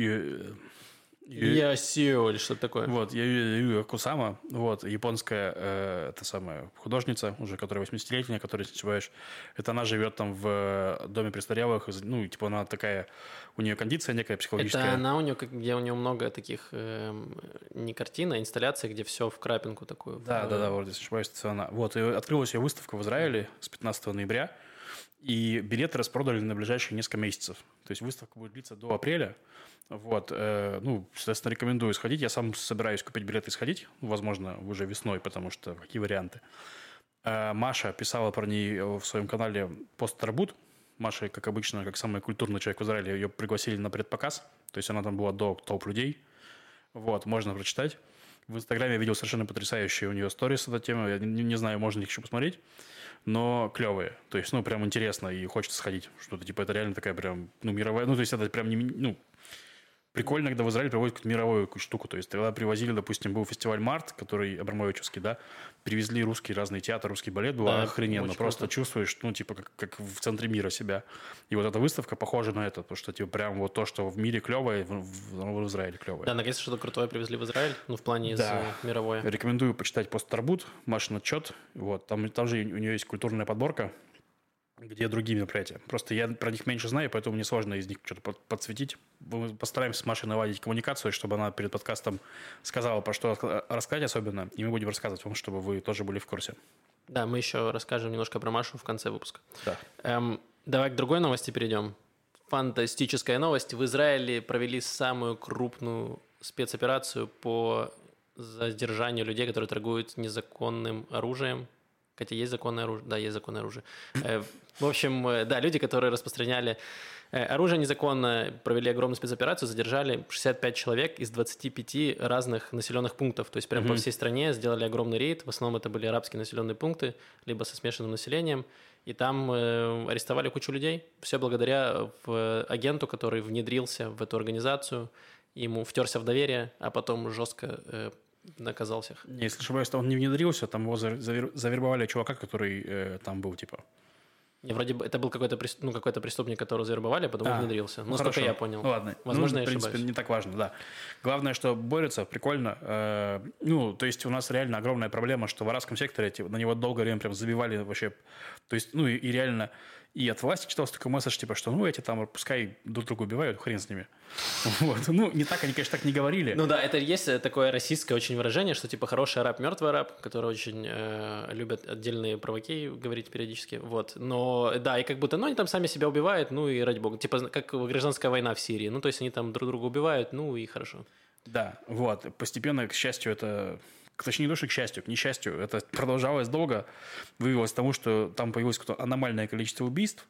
S1: Ясио или что-то такое.
S2: Вот, Юя Кусама, вот, японская э, та самая художница, уже которая восьмидесятилетняя, которая, если не ошибаюсь, это она живет там в доме престарелых, ну, типа она такая, у нее кондиция некая психологическая.
S1: Это она у нее, где у нее много таких, э, не картин, а инсталляций, где все в крапинку такую.
S2: Да, в... да, да, вот, если не ошибаюсь, это она. Вот, и открылась ее выставка в Израиле с пятнадцатого ноября, и билеты распродали на ближайшие несколько месяцев. То есть выставка будет длиться до апреля. Вот, э, ну, соответственно, рекомендую сходить. Я сам собираюсь купить билеты и сходить. Возможно, уже весной, потому что какие варианты. Э, Маша писала про ней в своем канале пост-тарбут. Маша, как обычно, как самый культурный человек в Израиле, ее пригласили на предпоказ. То есть она там была до толп людей. Вот, можно прочитать. В Инстаграме я видел совершенно потрясающие у нее сторис с этой темой. Я не, не знаю, можно ли их еще посмотреть. Но клевые. То есть, ну, прям интересно и хочется сходить. Что-то типа это реально такая прям, ну, мировая... Ну, то есть это прям не... Ну, прикольно, когда в Израиле проводят какую-то мировую штуку. То есть тогда привозили, допустим, был фестиваль «Март», который Абрамовичевский, да, привезли русский разный театр, русский балет, было да, охрененно. Просто круто. Чувствуешь, ну, типа, как, как в центре мира себя. И вот эта выставка похожа на это, потому что, типа, прям вот то, что в мире клевое, в, в, в Израиле клевое.
S1: Да, наконец-то что-то крутое привезли в Израиль, ну, в плане
S2: да.
S1: из мировое.
S2: Рекомендую почитать пост-тарбут, Машин отчет. Вот, там, там же у нее есть культурная подборка, где другие мероприятия. Просто я про них меньше знаю, поэтому мне сложно из них что-то подсветить. Мы постараемся с Машей наладить коммуникацию, чтобы она перед подкастом сказала, про что рассказать особенно, и мы будем рассказывать вам, чтобы вы тоже были в курсе.
S1: Да, мы еще расскажем немножко про Машу в конце выпуска.
S2: Да.
S1: Эм, давай к другой новости перейдем. Фантастическая новость. В Израиле провели самую крупную спецоперацию по задержанию людей, которые торгуют незаконным оружием. Хотя есть законное оружие. Да, есть законное оружие. В общем, да, люди, которые распространяли оружие незаконно, провели огромную спецоперацию, задержали шестьдесят пять человек из двадцати пяти разных населенных пунктов. То есть прямо mm-hmm. по всей стране сделали огромный рейд. В основном это были арабские населенные пункты, либо со смешанным населением. И там э, арестовали кучу людей. Все благодаря в агенту, который внедрился в эту организацию, ему втерся в доверие, а потом жестко э, наказал всех.
S2: Если не ошибаюсь, то он не внедрился, там его завер... завербовали чувака, который э, там был, типа...
S1: Не, вроде бы это был какой-то, ну, какой-то преступник, которого завербовали, а потом а, внедрился. Ну, насколько я понял.
S2: Ну, ладно.
S1: Возможно,
S2: ну,
S1: я
S2: в принципе,
S1: ошибаюсь.
S2: Не так важно, да. Главное, что борются, прикольно. Э, ну, то есть у нас реально огромная проблема, что в арабском секторе типа, на него долгое время прям забивали вообще. То есть, ну, и, и реально... И от власти читался такой месседж, типа, что ну эти там пускай друг друга убивают, хрен с ними. Вот. Ну, не так, они, конечно, так не говорили.
S1: Ну да, это есть такое российское очень выражение, что типа хороший араб, мертвый араб, которые очень э, любят отдельные провоки говорить периодически. Вот. Но да, и как будто, ну, они там сами себя убивают, ну и ради бога. Типа как гражданская война в Сирии. Ну, то есть они там друг друга убивают, ну и хорошо.
S2: Да, вот. Постепенно, к счастью, это... Точнее, не то, что к счастью, к несчастью. Это продолжалось долго. Вывелось к тому, что там появилось аномальное количество убийств.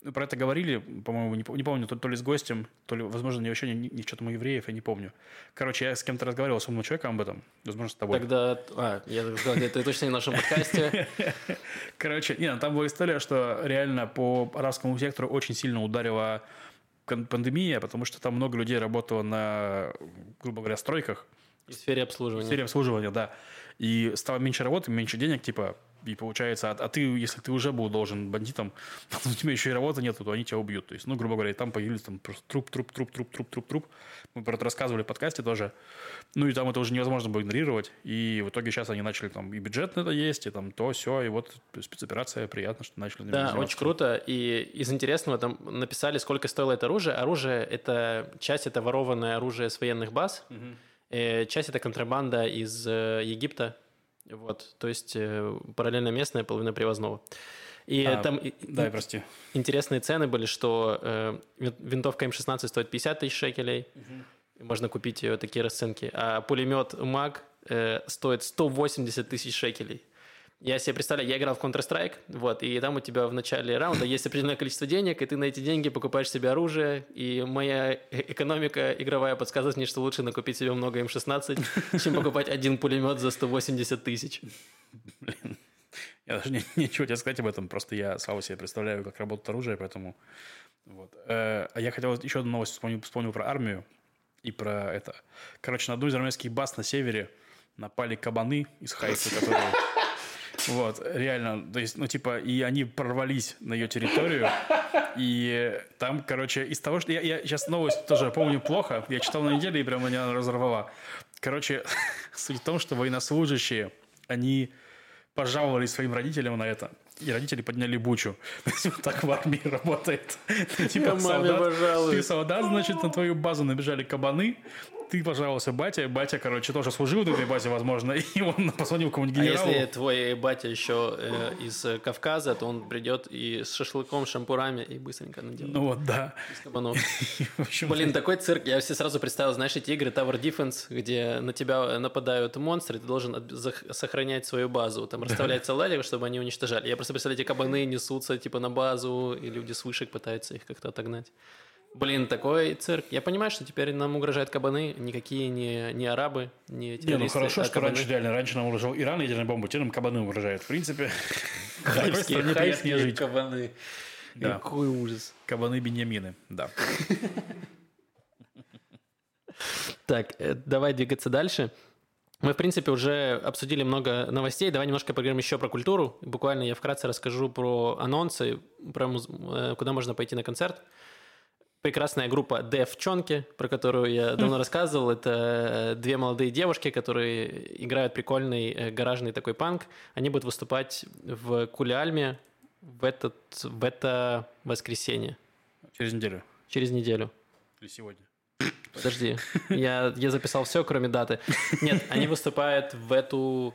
S2: Про это говорили, по-моему, не, не помню, то, то ли с гостем, то ли, возможно, не вообще не, не что-то у евреев, я не помню. Короче, я с кем-то разговаривал, с умным человеком об этом, возможно, с тобой.
S1: Тогда, а, я сказал, это точно не в нашем подкасте.
S2: Короче, нет, там была история, что реально по арабскому сектору очень сильно ударила пандемия, потому что там много людей работало на, грубо говоря, стройках.
S1: В сфере обслуживания.
S2: В сфере обслуживания, да. И стало меньше работы, меньше денег, типа, и получается, а, а ты, если ты уже был должен бандитам, у тебя еще и работы нету, то они тебя убьют. То есть, ну, грубо говоря, и там появились там просто труп, труп, труп, труп, труп, труп, труп. Мы про это рассказывали в подкасте тоже. Ну, и там это уже невозможно было игнорировать. И в итоге сейчас они начали там и бюджет на это есть, и там то, все, и вот спецоперация, приятно, что начали.
S1: Да, заниматься. Очень круто. И из интересного там написали, сколько стоило это оружие. Оружие – это часть, это ворованное оружие с военных баз. Угу. Часть – это контрабанда из Египта. Вот, то есть параллельно местная, половина привозного. И а, там
S2: да, прости.
S1: Интересные цены были, что э, винтовка эм шестнадцать стоит пятьдесят тысяч шекелей, угу. Можно купить ее такие расценки, а пулемет МАГ э, стоит сто восемьдесят тысяч шекелей. Я себе представляю, я играл в Counter-Strike, вот, и там у тебя в начале раунда есть определенное количество денег, и ты на эти деньги покупаешь себе оружие, и моя экономика игровая подсказывает мне, что лучше накупить себе много эм шестнадцать, чем покупать один пулемет за сто восемьдесят тысяч.
S2: Блин, я даже не, ничего тебе сказать об этом, просто я сам себе представляю, как работает оружие, поэтому... Вот. А я хотел еще одну новость, вспомнил, вспомнил про армию и про это. Короче, на одну из армейских баз на севере напали кабаны из Хайфы, которые... Вот, реально, то есть, ну, типа, и они прорвались на ее территорию, и там, короче, из того, что... Я, я сейчас новость тоже помню плохо, я читал на неделе, и прям меня разорвала. Короче, суть в том, что военнослужащие, они пожаловались своим родителям на это, и родители подняли бучу. То есть, вот так в армии работает. Ты, типа, солдат, ты солдат, значит, на твою базу набежали кабаны, ты пожаловался батя, батя, короче, тоже служил в этой базе, возможно, и он позвонил кому-нибудь генералу.
S1: А если твой батя еще э, из Кавказа, то он придет и с шашлыком, шампурами и быстренько наделает.
S2: Ну вот, да.
S1: Из кабанов. Блин, такой цирк. Я все сразу представил, знаешь, эти игры Tower Defense, где на тебя нападают монстры, ты должен сохранять свою базу. Там расставлять солдатиков, чтобы они уничтожали. Я просто представляю, эти кабаны несутся типа на базу, и люди с вышек пытаются их как-то отогнать. Блин, такой цирк. Я понимаю, что теперь нам угрожают кабаны, никакие не, не арабы, не террористы.
S2: Не, ну хорошо,
S1: а
S2: что
S1: кабаны.
S2: раньше реально, раньше нам угрожал Иран ядерной бомбой, теперь нам кабаны угрожают. В принципе,
S1: хайфские, хайфские жить. Кабаны.
S2: Да.
S1: Какой ужас.
S2: Кабаны Беньямины, да.
S1: Так, давай двигаться дальше. Мы, в принципе, уже обсудили много новостей. Давай немножко поговорим еще про культуру. Буквально я вкратце расскажу про анонсы, про муз... куда можно пойти на концерт. Прекрасная группа Девчонки, про которую я давно рассказывал. Это две молодые девушки, которые играют прикольный гаражный такой панк. Они будут выступать в Кулиальме в, этот, в это воскресенье.
S2: Через неделю.
S1: Через неделю.
S2: Или сегодня.
S1: Подожди, я, я записал все, кроме даты. Нет, они выступают в эту...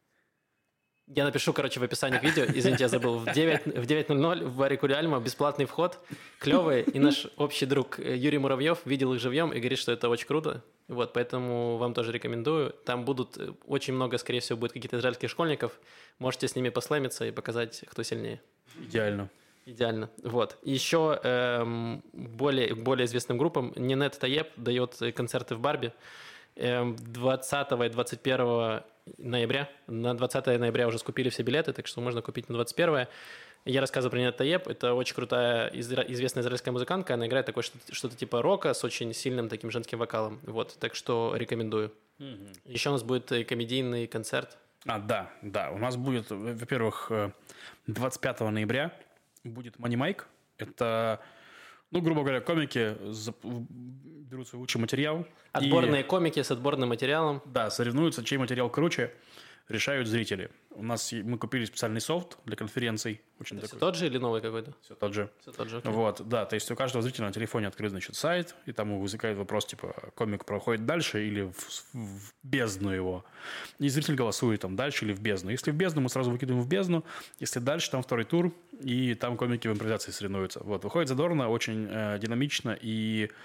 S1: Я напишу, короче, в описании к видео. Извините, я забыл. В девять ноль ноль в баре Кулиальма бесплатный вход. Клевый. И наш общий друг Юрий Муравьев видел их живьем и говорит, что это очень круто. Вот, поэтому вам тоже рекомендую. Там будут очень много, скорее всего, будет каких-то израильских школьников. Можете с ними послэмиться и показать, кто сильнее.
S2: Идеально.
S1: Идеально. Вот. Еще эм, более, более известным группам Нинет Таеб дает концерты в Барби. двадцатого и двадцать первого ноября. На двадцатое ноября уже скупили все билеты, так что можно купить на двадцать первое. Я рассказывал про Нинет Таеб. Это очень крутая, известная израильская музыкантка. Она играет такое что-то, что-то типа рока с очень сильным таким женским вокалом. Вот. Так что рекомендую. Mm-hmm. Еще у нас будет комедийный концерт.
S2: А, да, да. У нас будет, во-первых, двадцать пятого ноября будет Money Mike. Это... Ну, грубо говоря, комики берут свой лучший материал.
S1: Отборные
S2: и,
S1: комики с отборным материалом.
S2: Да, соревнуются, чей материал круче, решают зрители. У нас мы купили специальный софт для конференций. Очень
S1: все тот же или новый какой-то?
S2: Все тот же.
S1: Все тот же, okay.
S2: Вот, да, то есть у каждого зрителя на телефоне открыт, значит, сайт, и там возникает вопрос, типа, комик проходит дальше или в, в бездну его. И зритель голосует там дальше или в бездну. Если в бездну, мы сразу выкидываем в бездну. Если дальше, там второй тур, и там комики в импровизации соревнуются. Вот, выходит задорно, очень э, динамично, и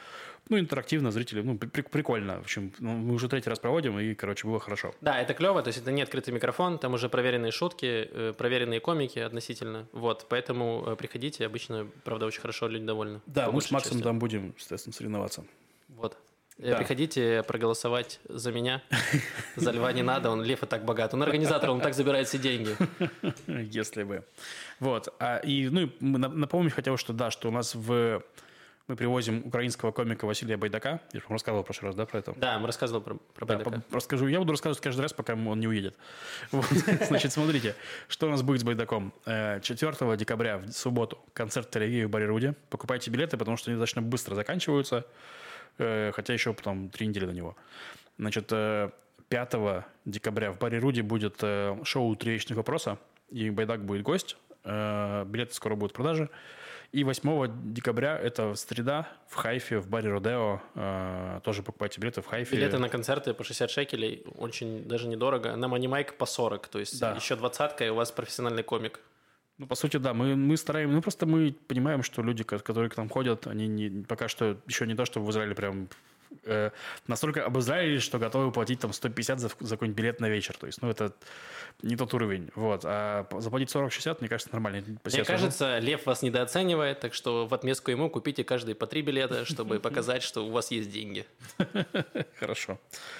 S2: ну, интерактивно, зрители, ну, при- прикольно. В общем, ну, мы уже третий раз проводим, и, короче, было хорошо.
S1: Да, это клево, то есть это не открытый микрофон, там уже проверенные шутки, э, проверенные комики относительно, вот, поэтому э, приходите, обычно, правда, очень хорошо, люди довольны.
S2: Да,
S1: по
S2: мы с
S1: большей
S2: Максом
S1: части.
S2: там будем, естественно, соревноваться.
S1: Вот. Э,
S2: Да.
S1: Приходите проголосовать за меня, за Льва не надо, он Лев и так богат, он организатор, он так забирает все деньги.
S2: Если бы. Вот. А, и, ну, и мы на- напомнить хотел, что да, что у нас в... Мы привозим украинского комика Василия Байдака. Я же вам рассказывал в прошлый раз, да, про это?
S1: Да, мы рассказывали про, про
S2: Да,
S1: Байдака.
S2: по- расскажу. Я буду рассказывать каждый раз, пока он не уедет. Вот. Значит, смотрите, что у нас будет с Байдаком. Э, четвёртого декабря, в субботу, концерт в Тель-Авиве в баре Руди. Покупайте билеты, потому что они достаточно быстро заканчиваются, э, хотя еще потом три недели до него. Значит, э, пятого декабря в баре Руди будет э, шоу «Три вечных вопроса», и Байдак будет гость. Э, билеты скоро будут в продаже. И восьмого декабря, это среда, в Хайфе, в баре Родео. Э, тоже покупайте билеты в Хайфе.
S1: Билеты на концерты по шестьдесят шекелей, очень даже недорого. На Манимайк по сорок, то есть
S2: Да.
S1: еще двадцатка, и у вас профессиональный комик.
S2: Ну, по сути, да, мы, мы стараемся, ну, просто мы понимаем, что люди, ко- которые к нам ходят, они не, пока что еще не то, что в Израиле прям э, настолько обозрались, что готовы платить там сто пятьдесят за, за какой-нибудь билет на вечер. То есть, ну, это не тот уровень. Вот. А по- заплатить сорок-шестьдесят, мне кажется, нормально. По
S1: Мне
S2: себе сужу.
S1: кажется, Лев вас недооценивает, так что в отместку ему купите каждый по три билета, чтобы показать, что у вас есть деньги.
S2: Хорошо.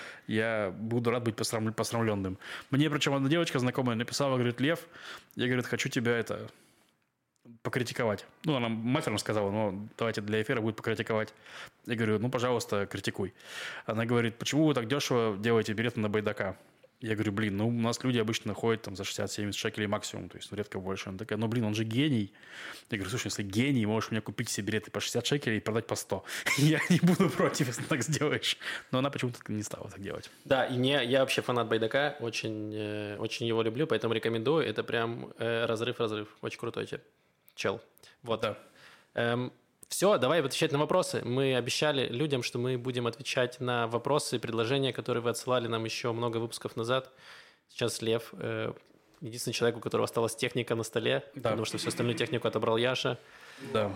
S2: Я буду рад быть посрам- посрамленным. Мне, причем, одна девочка знакомая написала, говорит, Лев, я, говорит, хочу тебя это покритиковать. Ну, она матерно сказала, но давайте для эфира будет покритиковать. Я говорю, ну, пожалуйста, критикуй. Она говорит, почему вы так дешево делаете билеты на Байдака? Я говорю, блин, ну, у нас люди обычно ходят там за шестьдесят-семьдесят шекелей максимум, то есть, ну, редко больше. Она такая, ну, блин, он же гений. Я говорю, слушай, если гений, можешь мне купить все билеты по шестьдесят шекелей и продать по сто. Я не буду против, если так сделаешь. Но она почему-то не стала так делать.
S1: Да, и не, я вообще фанат Байдака, очень, э, очень его люблю, поэтому рекомендую. Это прям э, разрыв-разрыв. Очень крутой чел. чел. Вот.
S2: Да.
S1: Эм, все, давай отвечать на вопросы. Мы обещали людям, что мы будем отвечать на вопросы и предложения, которые вы отсылали нам еще много выпусков назад. Сейчас Лев э, единственный человек, у которого осталась техника на столе,
S2: Да.
S1: потому что всю остальную технику отобрал Яша.
S2: Да.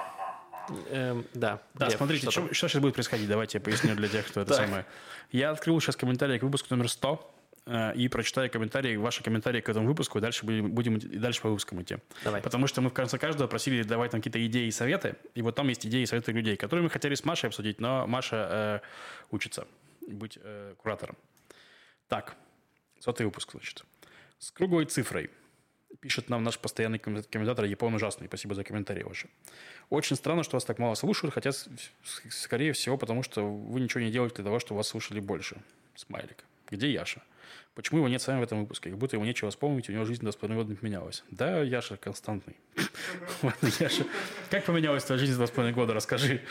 S1: Эм, да,
S2: Да,
S1: Лев,
S2: смотрите,
S1: что
S2: что,
S1: там?
S2: что сейчас будет происходить, давайте я поясню для тех, кто это
S1: Так.
S2: самое. Я открыл сейчас комментарии к выпуску номер сто э, и прочитаю комментарии, ваши комментарии к этому выпуску, и дальше будем, будем и дальше по выпускам идти.
S1: Давай.
S2: Потому что мы в конце каждого просили давать нам какие-то идеи и советы, и вот там есть идеи и советы людей, которые мы хотели с Машей обсудить, но Маша э, учится быть э, куратором. Так, сотый выпуск, значит. С круглой цифрой. Пишет нам наш постоянный коммен- комментатор Япон Ужасный. Спасибо за комментарии ваши. Очень странно, что вас так мало слушают, хотя, с- с- скорее всего, потому что вы ничего не делаете для того, чтобы вас слушали больше. Смайлик. Где Яша? Почему его нет с вами в этом выпуске? Как будто ему нечего вспомнить, у него жизнь за половиной года поменялась. Да, Яша константный. Ладно, Яша, как поменялась твоя жизнь за два с половиной года? Расскажи.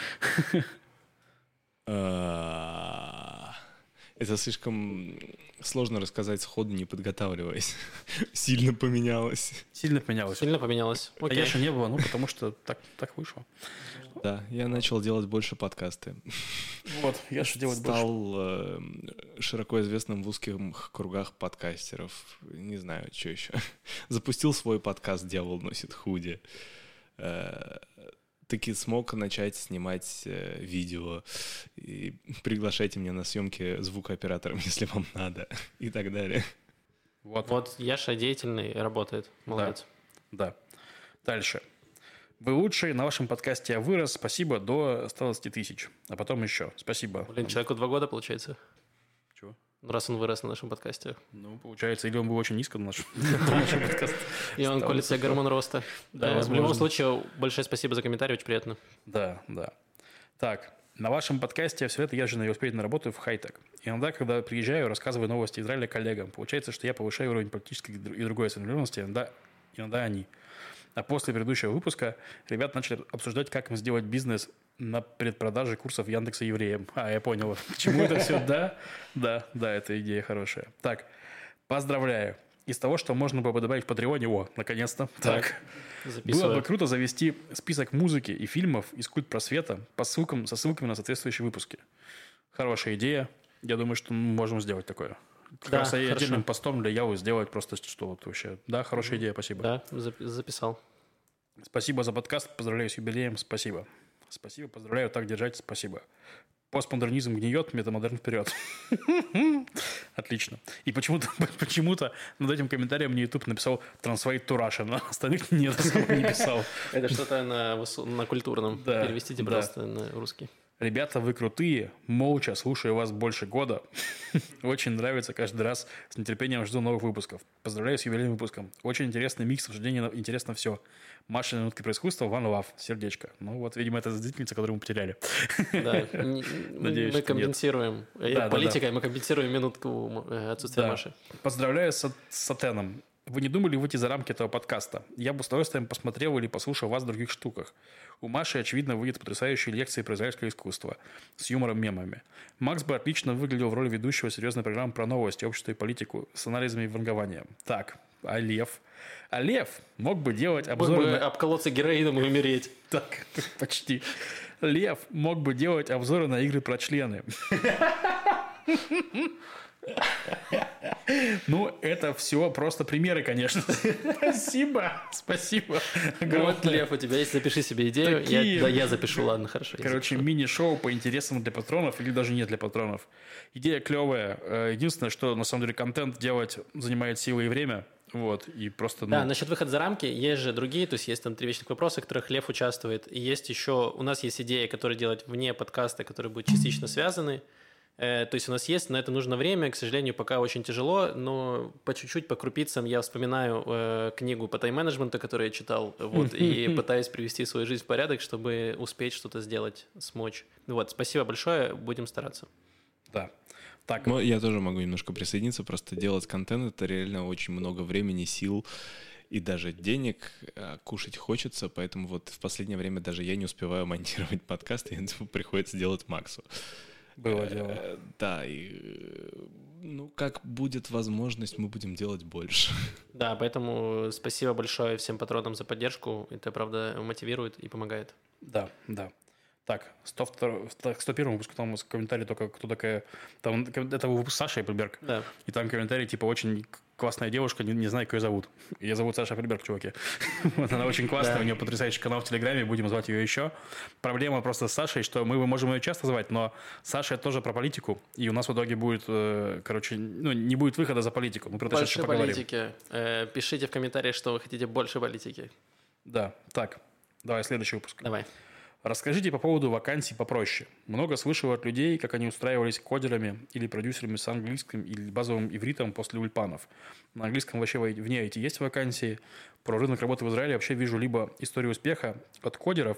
S3: А, Это слишком сложно рассказать сходу, не подготавливаясь. Сильно поменялось.
S2: Сильно поменялась.
S1: Сильно поменялось.
S2: А
S1: Окей.
S2: Яши не было, ну, потому что так, так вышло.
S3: Да, я начал делать больше подкасты.
S2: Вот, Яша делает больше.
S3: Стал э, широко известным в узких кругах подкастеров. Не знаю, что еще. Запустил свой подкаст «Дьявол носит худи». Э, таки смог начать снимать э, видео. И приглашайте меня на съемки звукооператором, если вам надо. И так далее.
S2: Вот.
S1: Вот Яша деятельный, работает. Молодец.
S2: Да. Дальше. Вы лучшие, на вашем подкасте я вырос, спасибо, до ста двадцати тысяч. А потом еще. Спасибо.
S1: Блин, человеку два года, получается.
S2: Чего?
S1: Ну, раз он вырос на нашем подкасте.
S2: Ну, получается, или он был очень низко на нашем на нашем подкасте.
S1: И он
S2: Стал
S1: колет себе
S2: высоко.
S1: гормон роста.
S2: Да,
S1: Э, В
S2: возможно.
S1: любом случае, большое спасибо за комментарий, очень приятно.
S2: Да, да. Так, на вашем подкасте все это езжу на велосипеде на работу в хай-тек. Иногда, когда приезжаю, рассказываю новости Израиля коллегам. Получается, что я повышаю уровень политической и другой осведомленности, иногда, иногда они. А после предыдущего выпуска ребята начали обсуждать, как им сделать бизнес на предпродаже курсов Яндекса евреям. А, я понял. К чему это все? Да, да, да, эта идея хорошая. Так, поздравляю. Из того, что можно было бы добавить в Патреоне, о, наконец-то. Так. Было
S1: Записываю.
S2: бы круто завести список музыки и фильмов из культ просвета по ссылкам, со ссылками на соответствующие выпуски. Хорошая идея. Я думаю, что мы можем сделать такое. Как
S1: Да,
S2: раз и
S1: хорошо.
S2: отдельным постом для Явы сделать просто что вот вообще. Да, хорошая идея, спасибо.
S1: Да, зап- записал.
S2: Спасибо за подкаст, поздравляю с юбилеем, спасибо. Спасибо, поздравляю, так держать, спасибо. Постмодернизм гниет, метамодерн вперед. Отлично. И почему-то, почему-то над этим комментарием мне YouTube написал Translate to Russian, а остальных нет, не писал.
S1: Это что-то на, на культурном.
S2: Да,
S1: Перевестите,
S2: да.
S1: пожалуйста, на русский.
S2: Ребята, вы крутые, молча слушаю вас больше года. Очень нравится каждый раз, с нетерпением жду новых выпусков. Поздравляю с юбилейным выпуском. Очень интересный микс, обсуждение, интересно все. Маша минутки про искусство, one love, сердечко. Ну вот, видимо, это зрительница, которую мы потеряли.
S1: Да,
S2: Надеюсь,
S1: мы компенсируем. Политикой мы компенсируем минутку отсутствия Маши.
S2: Поздравляю с Сатеном. Вы не думали выйти за рамки этого подкаста? Я бы с удовольствием посмотрел или послушал вас в других штуках. У Маши, очевидно, выйдет потрясающие лекции про израильское искусство с юмором-мемами. Макс бы отлично выглядел в роли ведущего серьезной программы про новости, общество и политику с анализами и вангованием. Так, а Лев? А Лев мог бы делать обзоры...
S1: Мог бы
S2: на...
S1: обколоться героином и умереть.
S2: Так, почти. Лев мог бы делать обзоры на игры про члены. Ну, это все просто примеры, конечно. Спасибо, спасибо.
S1: Вот, Лев, у тебя есть, запиши себе идею.
S2: Такие...
S1: Я, да, я запишу, ладно, хорошо.
S2: Короче, мини-шоу по интересам для патронов или даже не для патронов. Идея клевая. Единственное, что на самом деле контент делать занимает силы и время. Вот, и просто... Ну...
S1: Да, насчет выхода за рамки, есть же другие, то есть есть там три вечных вопроса, в которых Лев участвует, и есть еще, у нас есть идея, которые делать вне подкаста, которые будут частично связаны. То есть у нас есть, на это нужно время, к сожалению, пока очень тяжело, но по чуть-чуть, по крупицам я вспоминаю э, книгу по тайм-менеджменту, которую я читал, вот, и пытаюсь привести свою жизнь в порядок, чтобы успеть что-то сделать, смочь. Вот, спасибо большое, будем стараться.
S2: Да. Так.
S3: Ну, я тоже могу немножко присоединиться, просто делать контент — это реально очень много времени, сил и даже денег. Кушать хочется, поэтому вот в последнее время даже я не успеваю монтировать подкасты, и приходится делать Максу.
S2: Было дело.
S3: Да, и ну, как будет возможность, мы будем делать больше.
S1: Да, поэтому спасибо большое всем патронам за поддержку. Это, правда, мотивирует и помогает.
S2: Да, да. Так, сто второй, сто первый выпуск, там комментарий только, кто такая... Там, это выпуск Саша Эппельберг.
S1: Да.
S2: И там комментарий, типа, очень классная девушка, не, не знаю, как ее зовут. Ее зовут Саша Эппельберг, чуваки. Вот она очень классная, у нее потрясающий канал в Телеграме, будем звать ее еще. Проблема просто с Сашей, что мы можем ее часто звать, но Саша тоже про политику, и у нас в итоге будет, короче, ну, не будет выхода за политику. Мы про это сейчас еще поговорим.
S1: Больше политики. Пишите в комментариях, что вы хотите больше политики.
S2: Да, так, давай следующий выпуск.
S1: Давай.
S2: Расскажите по поводу вакансий попроще. Много слышал от людей, как они устраивались кодерами или продюсерами с английским или базовым ивритом после ульпанов. На английском вообще вне ай ти есть вакансии. Про рынок работы в Израиле вообще вижу либо историю успеха от кодеров,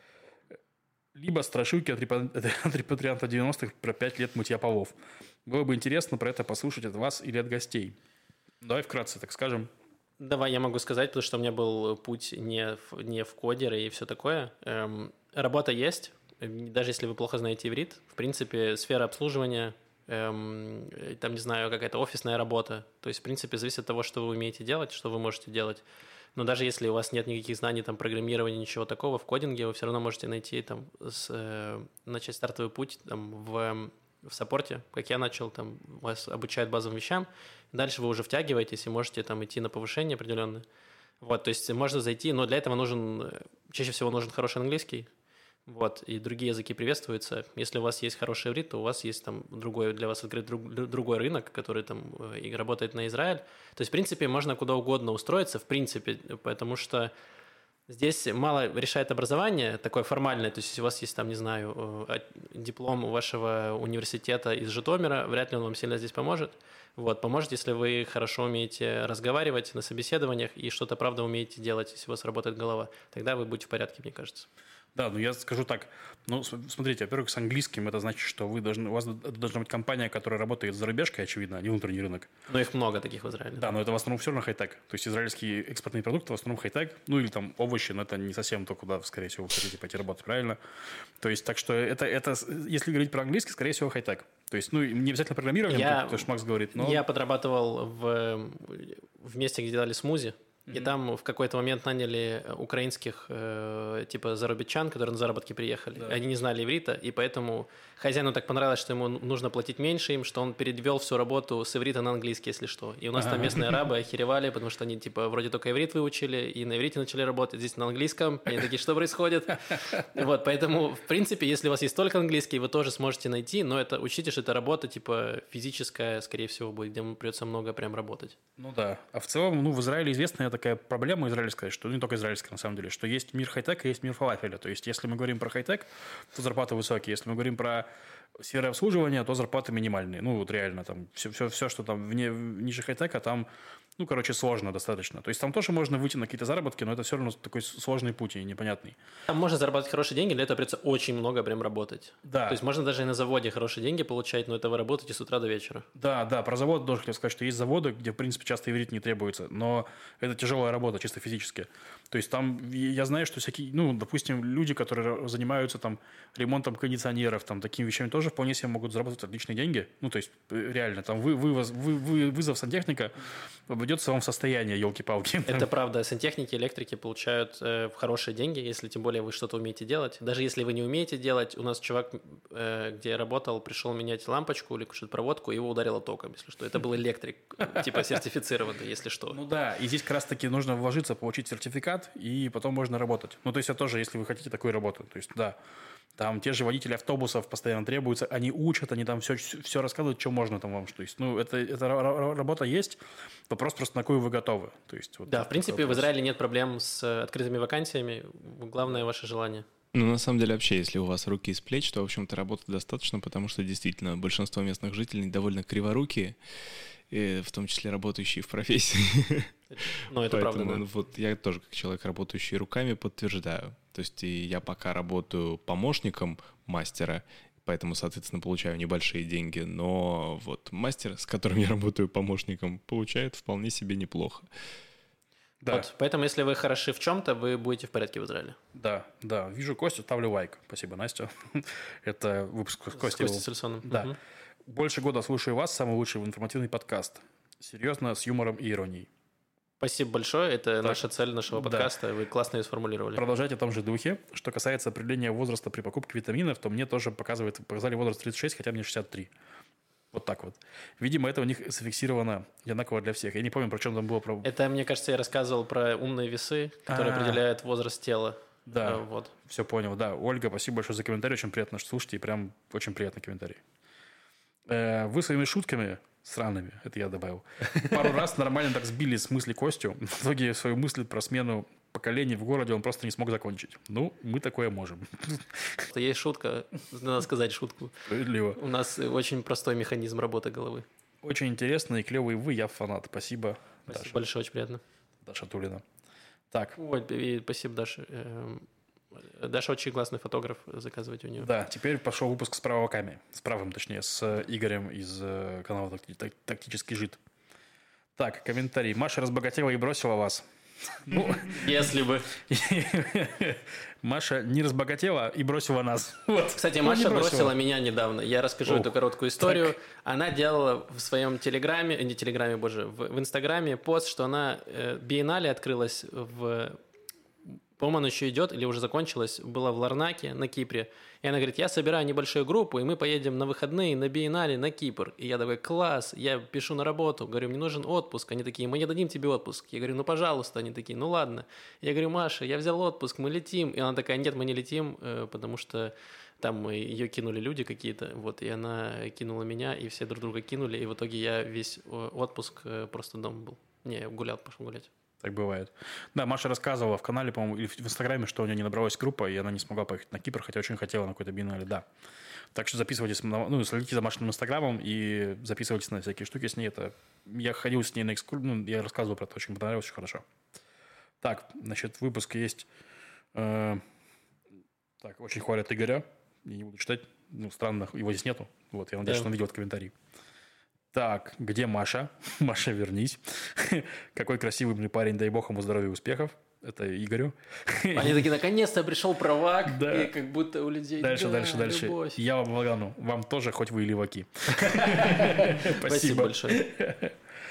S2: либо страшилки от репатрианта девяностых про пять лет мытья полов. Было бы интересно про это послушать от вас или от гостей. Давай вкратце, так скажем.
S1: Давай я могу сказать, потому что у меня был путь не в, не в кодеры и все такое. Эм, работа есть, даже если вы плохо знаете иврит. В принципе, сфера обслуживания, эм, там, не знаю, какая-то офисная работа. То есть, в принципе, зависит от того, что вы умеете делать, что вы можете делать. Но даже если у вас нет никаких знаний, там, программирования, ничего такого, в кодинге вы все равно можете найти, там, с, э, начать стартовый путь там, в... в саппорте, как я начал, там вас обучают базовым вещам, дальше вы уже втягиваетесь и можете там идти на повышение определенное. Вот, то есть можно зайти, но для этого нужен, чаще всего нужен хороший английский, вот, и другие языки приветствуются. Если у вас есть хороший иврит, то у вас есть там другой, для вас открыт друг, другой рынок, который там и работает на Израиль. То есть, в принципе, можно куда угодно устроиться, в принципе, потому что здесь мало решает образование, такое формальное, то есть если у вас есть там, не знаю, диплом вашего университета из Житомира, вряд ли он вам сильно здесь поможет. Вот, поможет, если вы хорошо умеете разговаривать на собеседованиях и что-то, правда, умеете делать, если у вас работает голова, тогда вы будете в порядке, мне кажется.
S2: Да, ну я скажу так. Ну, смотрите, во-первых, с английским это значит, что вы должны, у вас должна быть компания, которая работает с зарубежкой, очевидно, а не внутренний рынок.
S1: Но их много таких в Израиле.
S2: Да, но это в основном все равно хай-тек. То есть израильские экспортные продукты в основном хай-тек, ну или там овощи, но это не совсем то, куда, скорее всего, вы хотите пойти работать, правильно? То есть так что это, это если говорить про английский, скорее всего, хай-тек. То есть, ну, не обязательно программирование,
S1: я,
S2: то, что Макс говорит, но...
S1: Я подрабатывал в, в месте, где делали смузи. И там в какой-то момент наняли украинских э, типа зарубичан, которые на заработки приехали. Да. Они не знали иврита, и поэтому хозяину так понравилось, что ему нужно платить меньше им, что он перевел всю работу с иврита на английский, если что. И у нас ага. там местные арабы охеревали, потому что они типа вроде только иврит выучили, и на иврите начали работать, здесь на английском. И они такие, что происходит? Вот, поэтому, в принципе, если у вас есть только английский, вы тоже сможете найти, но это учтите, что это работа типа физическая, скорее всего, будет, где вам придется много прям работать.
S2: Ну да. А в целом, ну, в Израиле известная такая проблема израильская, что ну, не только израильская, на самом деле, что есть мир хай-тека и есть мир фалафеля. То есть, если мы говорим про хай-тек, то зарплаты высокие. Если мы говорим про сферу обслуживания, то зарплаты минимальные. Ну, вот реально, там, все, все, все что там вне, ниже хай-тека, там, ну, короче, сложно достаточно. То есть, там тоже можно выйти на какие-то заработки, но это все равно такой сложный путь и непонятный.
S1: Там можно зарабатывать хорошие деньги, для этого придется очень много прям работать.
S2: Да.
S1: То есть, можно даже и на заводе хорошие деньги получать, но это вы работаете с утра до вечера.
S2: Да, да, про завод должен сказать, что есть заводы, где, в принципе, часто иврит не требуется, но это тяжелая работа, чисто физически. То есть, там, я знаю, что всякие, ну, допустим, люди, которые занимаются там ремонтом кондиционеров, там, такими вещами тоже вполне себе могут заработать отличные деньги. Ну, то есть, реально, там, вы, вывоз, вы, вы, вызов сантехника обойдется вам в состояние, елки-палки.
S1: Это правда. Сантехники, электрики получают э, хорошие деньги, если тем более вы что-то умеете делать. Даже если вы не умеете делать, у нас чувак, э, где я работал, пришел менять лампочку или какую-то проводку, его ударило током, если что. Это был электрик, типа сертифицированный, если что.
S2: Ну да, и здесь как раз-таки нужно вложиться, получить сертификат, и потом можно работать. Ну, то есть, это тоже, если вы хотите такой работы. То есть, да, там те же водители автобусов постоянно требуются, они учат, они там все, все рассказывают, что можно там вам. То есть, ну, это, это работа есть, вопрос просто, на какую вы готовы. То есть, вот
S1: да, в принципе, в Израиле нет проблем с открытыми вакансиями, главное ваше желание.
S3: Ну, на самом деле, вообще, если у вас руки из плеч, то, в общем-то, работы достаточно, потому что, действительно, большинство местных жителей довольно криворукие, и в том числе работающие в профессии.
S1: Ну, это
S3: Поэтому,
S1: правда. Да.
S3: Вот я тоже, как человек, работающий руками, подтверждаю. То есть и я пока работаю помощником мастера, поэтому, соответственно, получаю небольшие деньги, но вот мастер, с которым я работаю помощником, получает вполне себе неплохо.
S2: Да.
S1: Вот, поэтому, если вы хороши в чем-то, вы будете в порядке в Израиле.
S2: Да, да. Вижу Костю, ставлю лайк. Спасибо, Настя. Это выпуск с Костей.
S1: С Костей Сальсоном.
S2: Да.
S1: Угу.
S2: Больше года слушаю вас, самый лучший информативный подкаст. Серьезно, с юмором и иронией.
S1: Спасибо большое. Это
S2: так,
S1: наша цель нашего подкаста. Да. Вы классно ее сформулировали.
S2: Продолжайте в том же духе. Что касается определения возраста при покупке витаминов, то мне тоже показывает, показали возраст тридцать шесть, хотя мне шестьдесят три. Вот так вот. Видимо, это у них зафиксировано одинаково для всех. Я не помню, про чем там было. Про...
S1: Это, мне кажется, я рассказывал про умные весы, которые А-а-а. определяют возраст тела.
S2: Да,
S1: вот.
S2: Все понял. Да, Ольга, спасибо большое за комментарий. Очень приятно, что слушаете. И прям очень приятный комментарий. Вы своими шутками сраными, это я добавил, пару раз нормально так сбили с мысли Костю. В итоге свою мысль про смену поколений в городе он просто не смог закончить. Ну, мы такое можем.
S1: Есть шутка, надо сказать шутку.
S2: Справедливо.
S1: У нас очень простой механизм работы головы.
S2: Очень интересно и клевый вы, я фанат. Спасибо,
S1: Спасибо
S2: Даша.
S1: большое, очень приятно.
S2: Даша Тулина. Так.
S1: Ой, спасибо, Даша. Даша очень классный фотограф, заказывайте у нее.
S2: Да, теперь пошел выпуск с правоками. С правым, точнее, с Игорем из канала «Тактический жид». Так, комментарий. Маша разбогатела и бросила вас.
S1: Ну, если бы.
S2: Маша не разбогатела и бросила нас.
S1: Вот. Кстати, Маша бросила. бросила меня недавно. Я расскажу О, эту короткую историю. Так. Она делала в своем телеграме, не телеграме, боже, в, в инстаграме пост, что она э, биеннале открылась в... По-моему, оно еще идет или уже закончилось. Была в Ларнаке на Кипре. И она говорит, я собираю небольшую группу, и мы поедем на выходные на биеннале на Кипр. И я такой, класс, я пишу на работу. Говорю, мне нужен отпуск. Они такие, мы не дадим тебе отпуск. Я говорю, ну, пожалуйста. Они такие, ну, ладно. Я говорю, Маша, я взял отпуск, мы летим. И она такая, нет, мы не летим, потому что там ее кинули люди какие-то. Вот, и она кинула меня, и все друг друга кинули. И в итоге я весь отпуск просто дома был. Не, я гулял, пошел гулять.
S2: Так бывает. Да, Маша рассказывала в канале, по-моему, или в Инстаграме, что у нее не набралась группа, и она не смогла поехать на Кипр, хотя очень хотела на какой-то биеннале, да. Так что записывайтесь, ну, следите за Машиным Инстаграмом и записывайтесь на всякие штуки с ней. Это... Я ходил с ней на экскурсию, ну, я рассказывал про это, очень понравилось, очень хорошо. Так, значит, выпуск есть... Э... Так, очень хвалят Игоря. Я не буду читать. Ну, странно, его здесь нету. Вот, я надеюсь, да. что он видел этот комментарий. Так, где Маша? Маша, вернись. Какой красивый мне парень, дай бог ему здоровья и успехов. Это Игорю.
S1: Они такие, наконец-то пришел провак, да. И как будто у людей...
S2: Дальше,
S1: да,
S2: дальше, дальше.
S1: Любовь.
S2: Я вам благодарю. Вам тоже, хоть вы и леваки.
S1: Спасибо большое.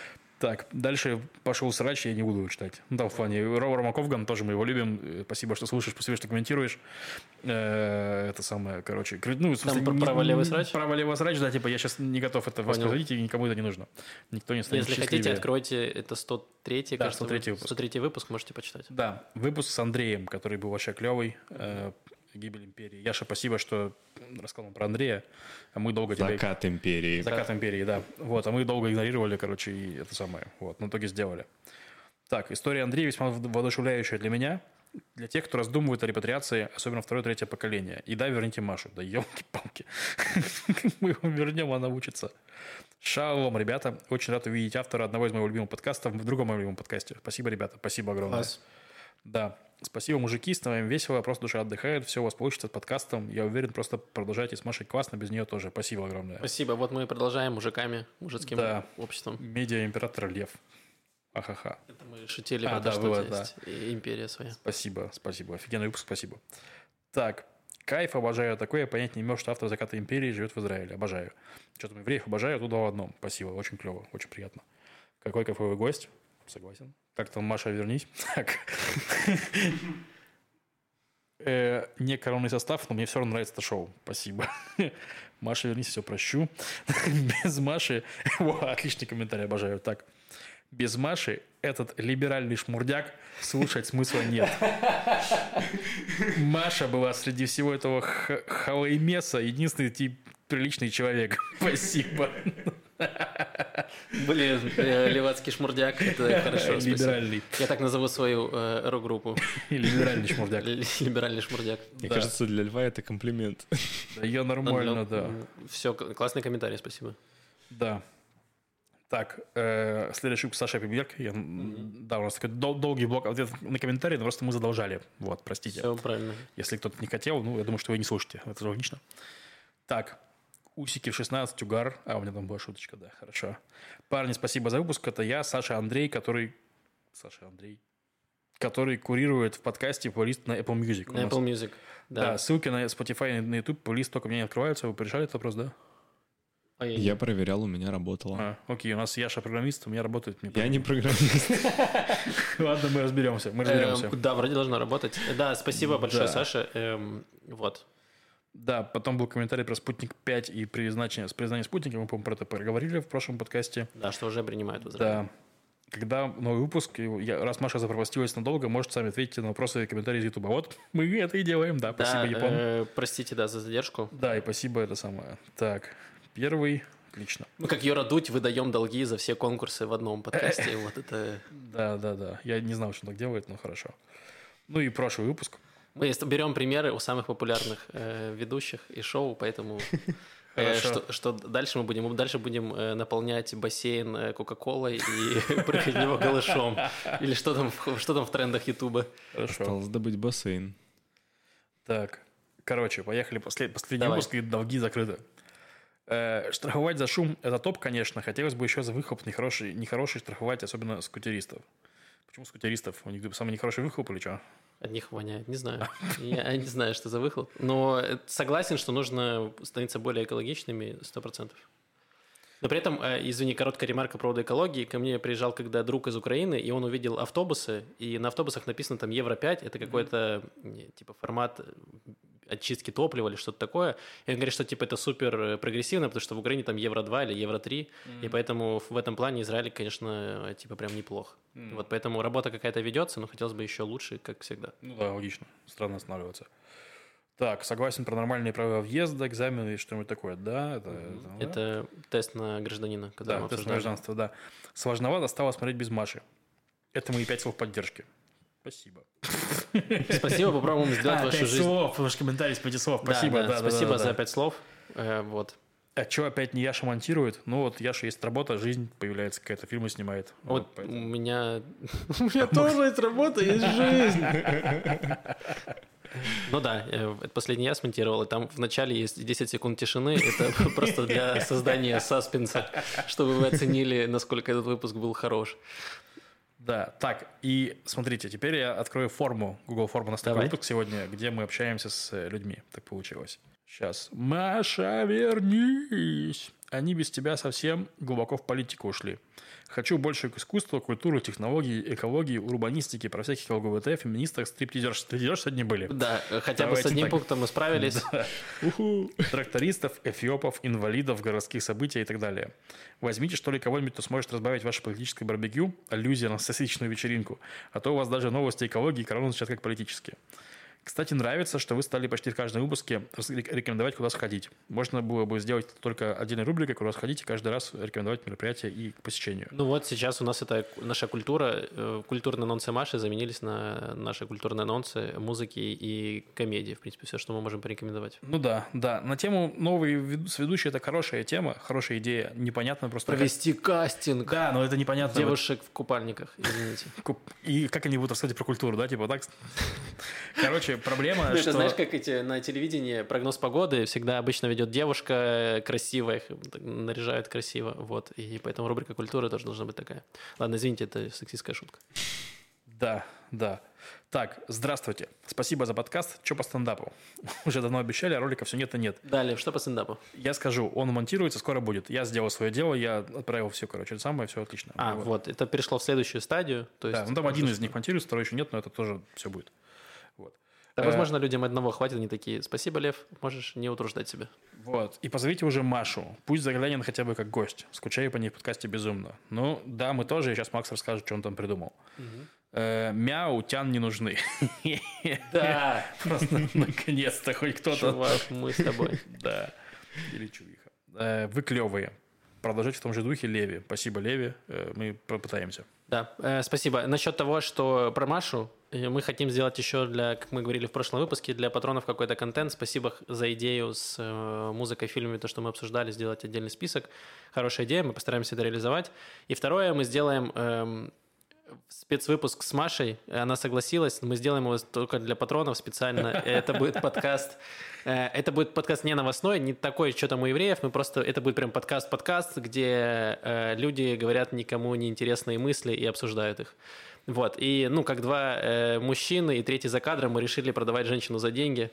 S2: Так, дальше пошел срач, я не буду его читать. Ну, там в плане Рома Ковган, тоже мы его любим. Спасибо, что слушаешь, спасибо, что комментируешь. Это самое, короче... Ну, в смысле,
S1: там
S2: не,
S1: право левый срач?
S2: Право левый срач, да, типа я сейчас не готов это воспроизводить, и никому это не нужно. Никто не станет
S1: Если
S2: счастливее.
S1: хотите, откройте, это сто третий,
S2: да,
S1: кажется,
S2: сто третий выпуск.
S1: сто третий выпуск, можете почитать.
S2: Да, выпуск с Андреем, который был вообще клевый. «Гибель империи». Яша, спасибо, что рассказал про Андрея. А мы долго тебя...
S3: Закат империи.
S2: Закат империи, да. Вот, а мы долго игнорировали, короче, и это самое. Вот, но в итоге сделали. Так, история Андрея весьма воодушевляющая для меня, для тех, кто раздумывает о репатриации, особенно второе-третье поколение. И да, верните Машу. Да елки-палки. Мы его вернем, она учится. Шалом, ребята. Очень рад увидеть автора одного из моих любимых подкастов в другом моем любимом подкасте. Спасибо, ребята. Спасибо огромное.
S1: Класс.
S2: Да. Спасибо, мужики, с вами весело, просто душа отдыхает, все у вас получится с подкастом. Я уверен, просто продолжайте с Машей классно, без нее тоже. Спасибо огромное.
S1: Спасибо. Вот мы продолжаем мужиками, мужицким
S2: да.
S1: обществом.
S2: Медиа-император Лев. Ахаха.
S1: Это мы шутили
S2: а,
S1: про
S2: да,
S1: то, что
S2: было,
S1: у тебя есть и империя своя.
S2: Спасибо, спасибо. Офигенный выпуск, спасибо. Так, кайф, обожаю такое. Понять не имел, что автор «Заката империи» живет в Израиле. Обожаю. Что-то евреев обожаю, тут два в одном. Спасибо, очень клево, очень приятно. Какой кайфовый гость. Согласен. Как там, Маша, вернись. Так. Э, не коронный состав, но мне все равно нравится это шоу. Спасибо. Маша, вернись, все прощу. Без Маши... О, отличный комментарий, обожаю. Так. Без Маши этот либеральный шмурдяк слушать смысла нет. Маша была среди всего этого халаймеса единственный тип приличный человек. Спасибо.
S1: Блин, э, левацкий шмурдяк, это хорошо.
S2: Либеральный.
S1: Спасибо. Я так назову свою э, рок-группу.
S2: Либеральный шмурдяк.
S1: Либеральный шмурдяк.
S3: Мне
S2: да.
S3: кажется, для Льва это комплимент.
S2: Да, я нормально, да.
S1: Все, классный комментарий, спасибо.
S2: Да. Так, э, следующий к Саше Пиберг. Я, mm-hmm. Да, у нас такой дол- долгий блок ответов на комментарии, но просто мы задолжали. Вот, простите.
S1: Все правильно.
S2: Если кто-то не хотел, ну, я думаю, что вы не слушаете. Это же логично. Так. Усики в шестнадцать, угар. А, у меня там была шуточка, да, хорошо. Парни, спасибо за выпуск. Это я, Саша Андрей, который... Саша Андрей. Который курирует в подкасте плейлист на Apple Music.
S1: На Apple Music, да.
S2: Да, ссылки на Spotify и на YouTube, плейлист только мне не открываются. Вы порешали этот вопрос, да?
S1: А я,
S3: я проверял, у меня работало.
S2: А, окей, у нас Яша программист, у меня работает. Мне
S3: я не программист.
S2: Ладно, мы разберемся, мы разберемся.
S1: Да, вроде должно работать. Да, спасибо большое, Саша. Вот.
S2: Да, потом был комментарий про «Спутник пять» и признание, признание спутника. Мы, по-моему, про это поговорили в прошлом подкасте.
S1: Да, что уже принимают в Израиле.
S2: Да. Когда новый выпуск, я, раз Маша запропастилась надолго, может, сами ответите на вопросы и комментарии из Ютуба. Вот мы это и делаем, да.
S1: Да,
S2: спасибо, Япон.
S1: Э, простите, да, за задержку.
S2: Да, и спасибо, это самое. Так, первый, отлично.
S1: Мы как Юра Дудь выдаем долги за все конкурсы в одном подкасте. Вот это...
S2: Да, да, да. Я не знал, что он так делает, но хорошо. Ну и прошлый выпуск.
S1: Мы берем примеры у самых популярных э, ведущих и шоу, поэтому э, что, что дальше мы будем? Мы дальше будем э, наполнять бассейн э, Кока-Колой и прыгать в него голышом. Или что там, что там в трендах Ютуба?
S3: Осталось добыть бассейн.
S2: Так, короче, поехали. Послед, последний выпуск, и долги закрыты. Э, штрафовать за шум – это топ, конечно. Хотелось бы еще за выхлоп нехороший, нехороший штрафовать, особенно скутеристов. Почему скутеристов? У них самый нехороший выхлоп или что?
S1: От них воняет, не знаю. Я не знаю, что за выхлоп. Но согласен, что нужно становиться более экологичными, сто процентов. Но при этом, извини, короткая ремарка по поводу экологии. Ко мне приезжал когда друг из Украины, и он увидел автобусы, и на автобусах написано там Евро пять, это какой-то типа формат очистки топлива или что-то такое. И он говорит, что типа это супер прогрессивно, потому что в Украине там Евро два или Евро три, mm-hmm. и поэтому в этом плане Израиль, конечно, типа прям неплох. Mm-hmm. Вот поэтому работа какая-то ведется, но хотелось бы еще лучше, как всегда.
S2: Ну да, логично. Странно останавливаться. Так, согласен про нормальные правила въезда, экзамены и что-нибудь такое. Да, это...
S1: Mm-hmm. Это, да? это тест на гражданина. Когда
S2: да, тест на гражданство, да. Сложновато стало смотреть без Маши. Это мои пять слов поддержки. Спасибо.
S1: Спасибо, попробуем сделать
S2: а,
S1: вашу
S2: пять
S1: жизнь.
S2: слов, ваш комментарий с пяти слов. Спасибо.
S1: Да, да,
S2: да,
S1: спасибо
S2: да, да,
S1: за
S2: да.
S1: пять слов. Э, вот.
S2: А что, опять не Яша монтирует? Ну вот, Яша есть работа, жизнь появляется какая-то, фильмы снимает.
S1: Вот, вот у меня... У меня тоже есть работа, есть жизнь. Ну да, это последний я смонтировал, и там в начале есть десять секунд тишины. Это просто для создания саспенса, чтобы вы оценили, насколько этот выпуск был хорош.
S2: Да, так, и смотрите, теперь я открою форму, Google форму на такой выпуск сегодня, где мы общаемся с людьми. Так получилось. Сейчас. Маша, вернись. Они без тебя совсем глубоко в политику ушли. Хочу больше к искусству, культуру, технологии, экологии, урбанистике, про всяких ЛГБТ, феминисток, стриптизерш. Стриптизерш сегодня были.
S1: Да, хотя бы с
S2: Давайте
S1: одним
S2: так.
S1: пунктом мы справились.
S2: Да. Трактористов, эфиопов, инвалидов, городских событий и так далее. Возьмите, что ли, кого-нибудь, кто сможет разбавить ваше политическое барбекю, аллюзия на сосисочную вечеринку. А то у вас даже новости экологии и корону звучат как политические. Кстати, нравится, что вы стали почти в каждом выпуске рекомендовать, куда сходить. Можно было бы сделать только отдельной рубрикой, куда сходить, и каждый раз рекомендовать мероприятия и к посещению.
S1: Ну вот сейчас у нас это наша культура, э, культурные анонсы Маши заменились на наши культурные анонсы музыки и комедии, в принципе, все, что мы можем порекомендовать.
S2: Ну да, да. На тему новый ведущий – это хорошая тема, хорошая идея. Непонятно просто...
S1: Провести кастинг.
S2: Да, но это непонятно.
S1: Девушек в купальниках, извините.
S2: И как они будут рассказывать про культуру, да? Типа так... Короче, проблема,
S1: Ну,
S2: что...
S1: это знаешь, как эти на телевидении прогноз погоды всегда обычно ведет девушка красивая, их наряжают красиво, вот, и поэтому рубрика культуры тоже должна быть такая. Ладно, извините, это сексистская шутка.
S2: Да, да. Так, здравствуйте. Спасибо за подкаст. Че по стендапу? Уже давно обещали, а ролика все нет и нет.
S1: Далее, что по стендапу?
S2: Я скажу, он монтируется, скоро будет. Я сделал свое дело, я отправил все, короче, это самое, все отлично.
S1: А, вот. вот, это перешло в следующую стадию. То есть,
S2: да, ну там один из них монтируется, второй еще нет, но это тоже все будет. Вот.
S1: Да, возможно, людям одного хватит, они такие, спасибо, Лев, можешь не утруждать себя.
S2: Вот. И позовите уже Машу. Пусть заглянет хотя бы как гость. Скучаю по ней в подкасте безумно. Ну, да, мы тоже. И сейчас Макс расскажет, что он там придумал.
S1: Угу.
S2: Э, мяу, тян не нужны.
S1: Да.
S2: Просто наконец-то хоть кто-то.
S1: Чувак, мы с тобой.
S2: Да. Или чувиха. Э, вы клевые. Продолжать в том же духе, Леви. Спасибо, Леви. Э, мы попытаемся.
S1: Да, э, спасибо. Насчет того, что про Машу, э, мы хотим сделать еще для, как мы говорили в прошлом выпуске, для патронов какой-то контент. Спасибо за идею с э, музыкой, фильмами, то, что мы обсуждали, сделать отдельный список. Хорошая идея, мы постараемся это реализовать. И второе, мы сделаем э, спецвыпуск с Машей. Она согласилась, мы сделаем его только для патронов специально. Это будет подкаст... Это будет подкаст не новостной, не такой, что там у евреев, мы просто, это будет прям подкаст-подкаст, где э, люди говорят никому неинтересные мысли и обсуждают их. Вот, и, ну, как два э, мужчины и третий за кадром мы решили продавать женщину за деньги.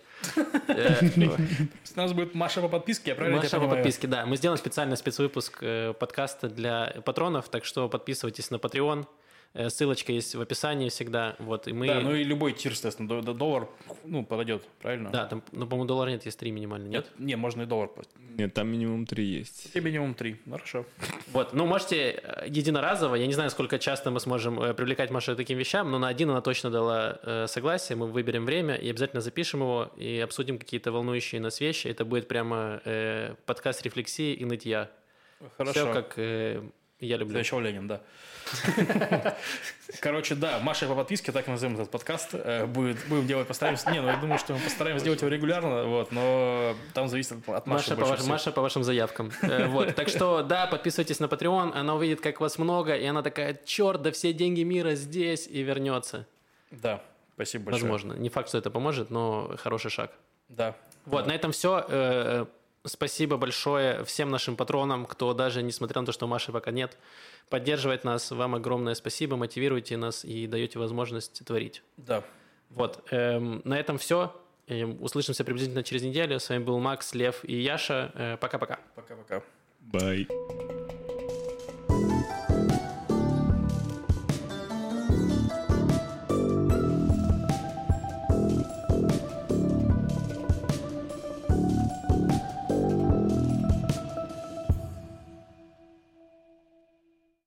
S2: У нас будет Маша по подписке, я правильно тебя
S1: Маша по
S2: понимаю?
S1: подписке, да. Мы сделаем специальный спецвыпуск э, подкаста для патронов, так что подписывайтесь на Patreon. Ссылочка есть в описании всегда. Вот, и мы...
S2: Да, ну и любой тир, естественно, до, до доллар, ну, подойдет, правильно?
S1: Да, там, ну, по-моему, доллар нет, есть три минимально, нет?
S2: Нет, не, можно и доллар.
S3: Нет, там минимум три есть.
S2: И минимум три, ну, хорошо.
S1: Вот, ну, можете единоразово, я не знаю, сколько часто мы сможем э, привлекать Машу к таким вещам, но на один она точно дала э, согласие, мы выберем время и обязательно запишем его и обсудим какие-то волнующие нас вещи. Это будет прямо э, подкаст рефлексии и нытья.
S2: Хорошо.
S1: Все, как э, я люблю.
S2: Следующего Ленин, да. Короче, да, Маша по подписке, так назовем этот подкаст. Будет, будем делать, постараемся. Не, ну я думаю, что мы постараемся сделать его регулярно, вот, но там зависит от Маши.
S1: Маша, по, ваш, Маша по вашим заявкам. Вот, так что, да, подписывайтесь на Patreon, она увидит, как вас много, и она такая, черт, да все деньги мира здесь, и вернется.
S2: Да, спасибо большое.
S1: Возможно. Не факт, что это поможет, но хороший шаг.
S2: Да.
S1: Вот,
S2: да.
S1: на этом все. Спасибо большое всем нашим патронам, кто даже, несмотря на то, что Маши пока нет, поддерживает нас. Вам огромное спасибо, мотивируете нас и даете возможность творить.
S2: Да.
S1: Вот, эм, на этом все. Эм, услышимся приблизительно через неделю. С вами был Макс, Лев и Яша. Э, пока-пока.
S2: Пока-пока.
S3: Bye.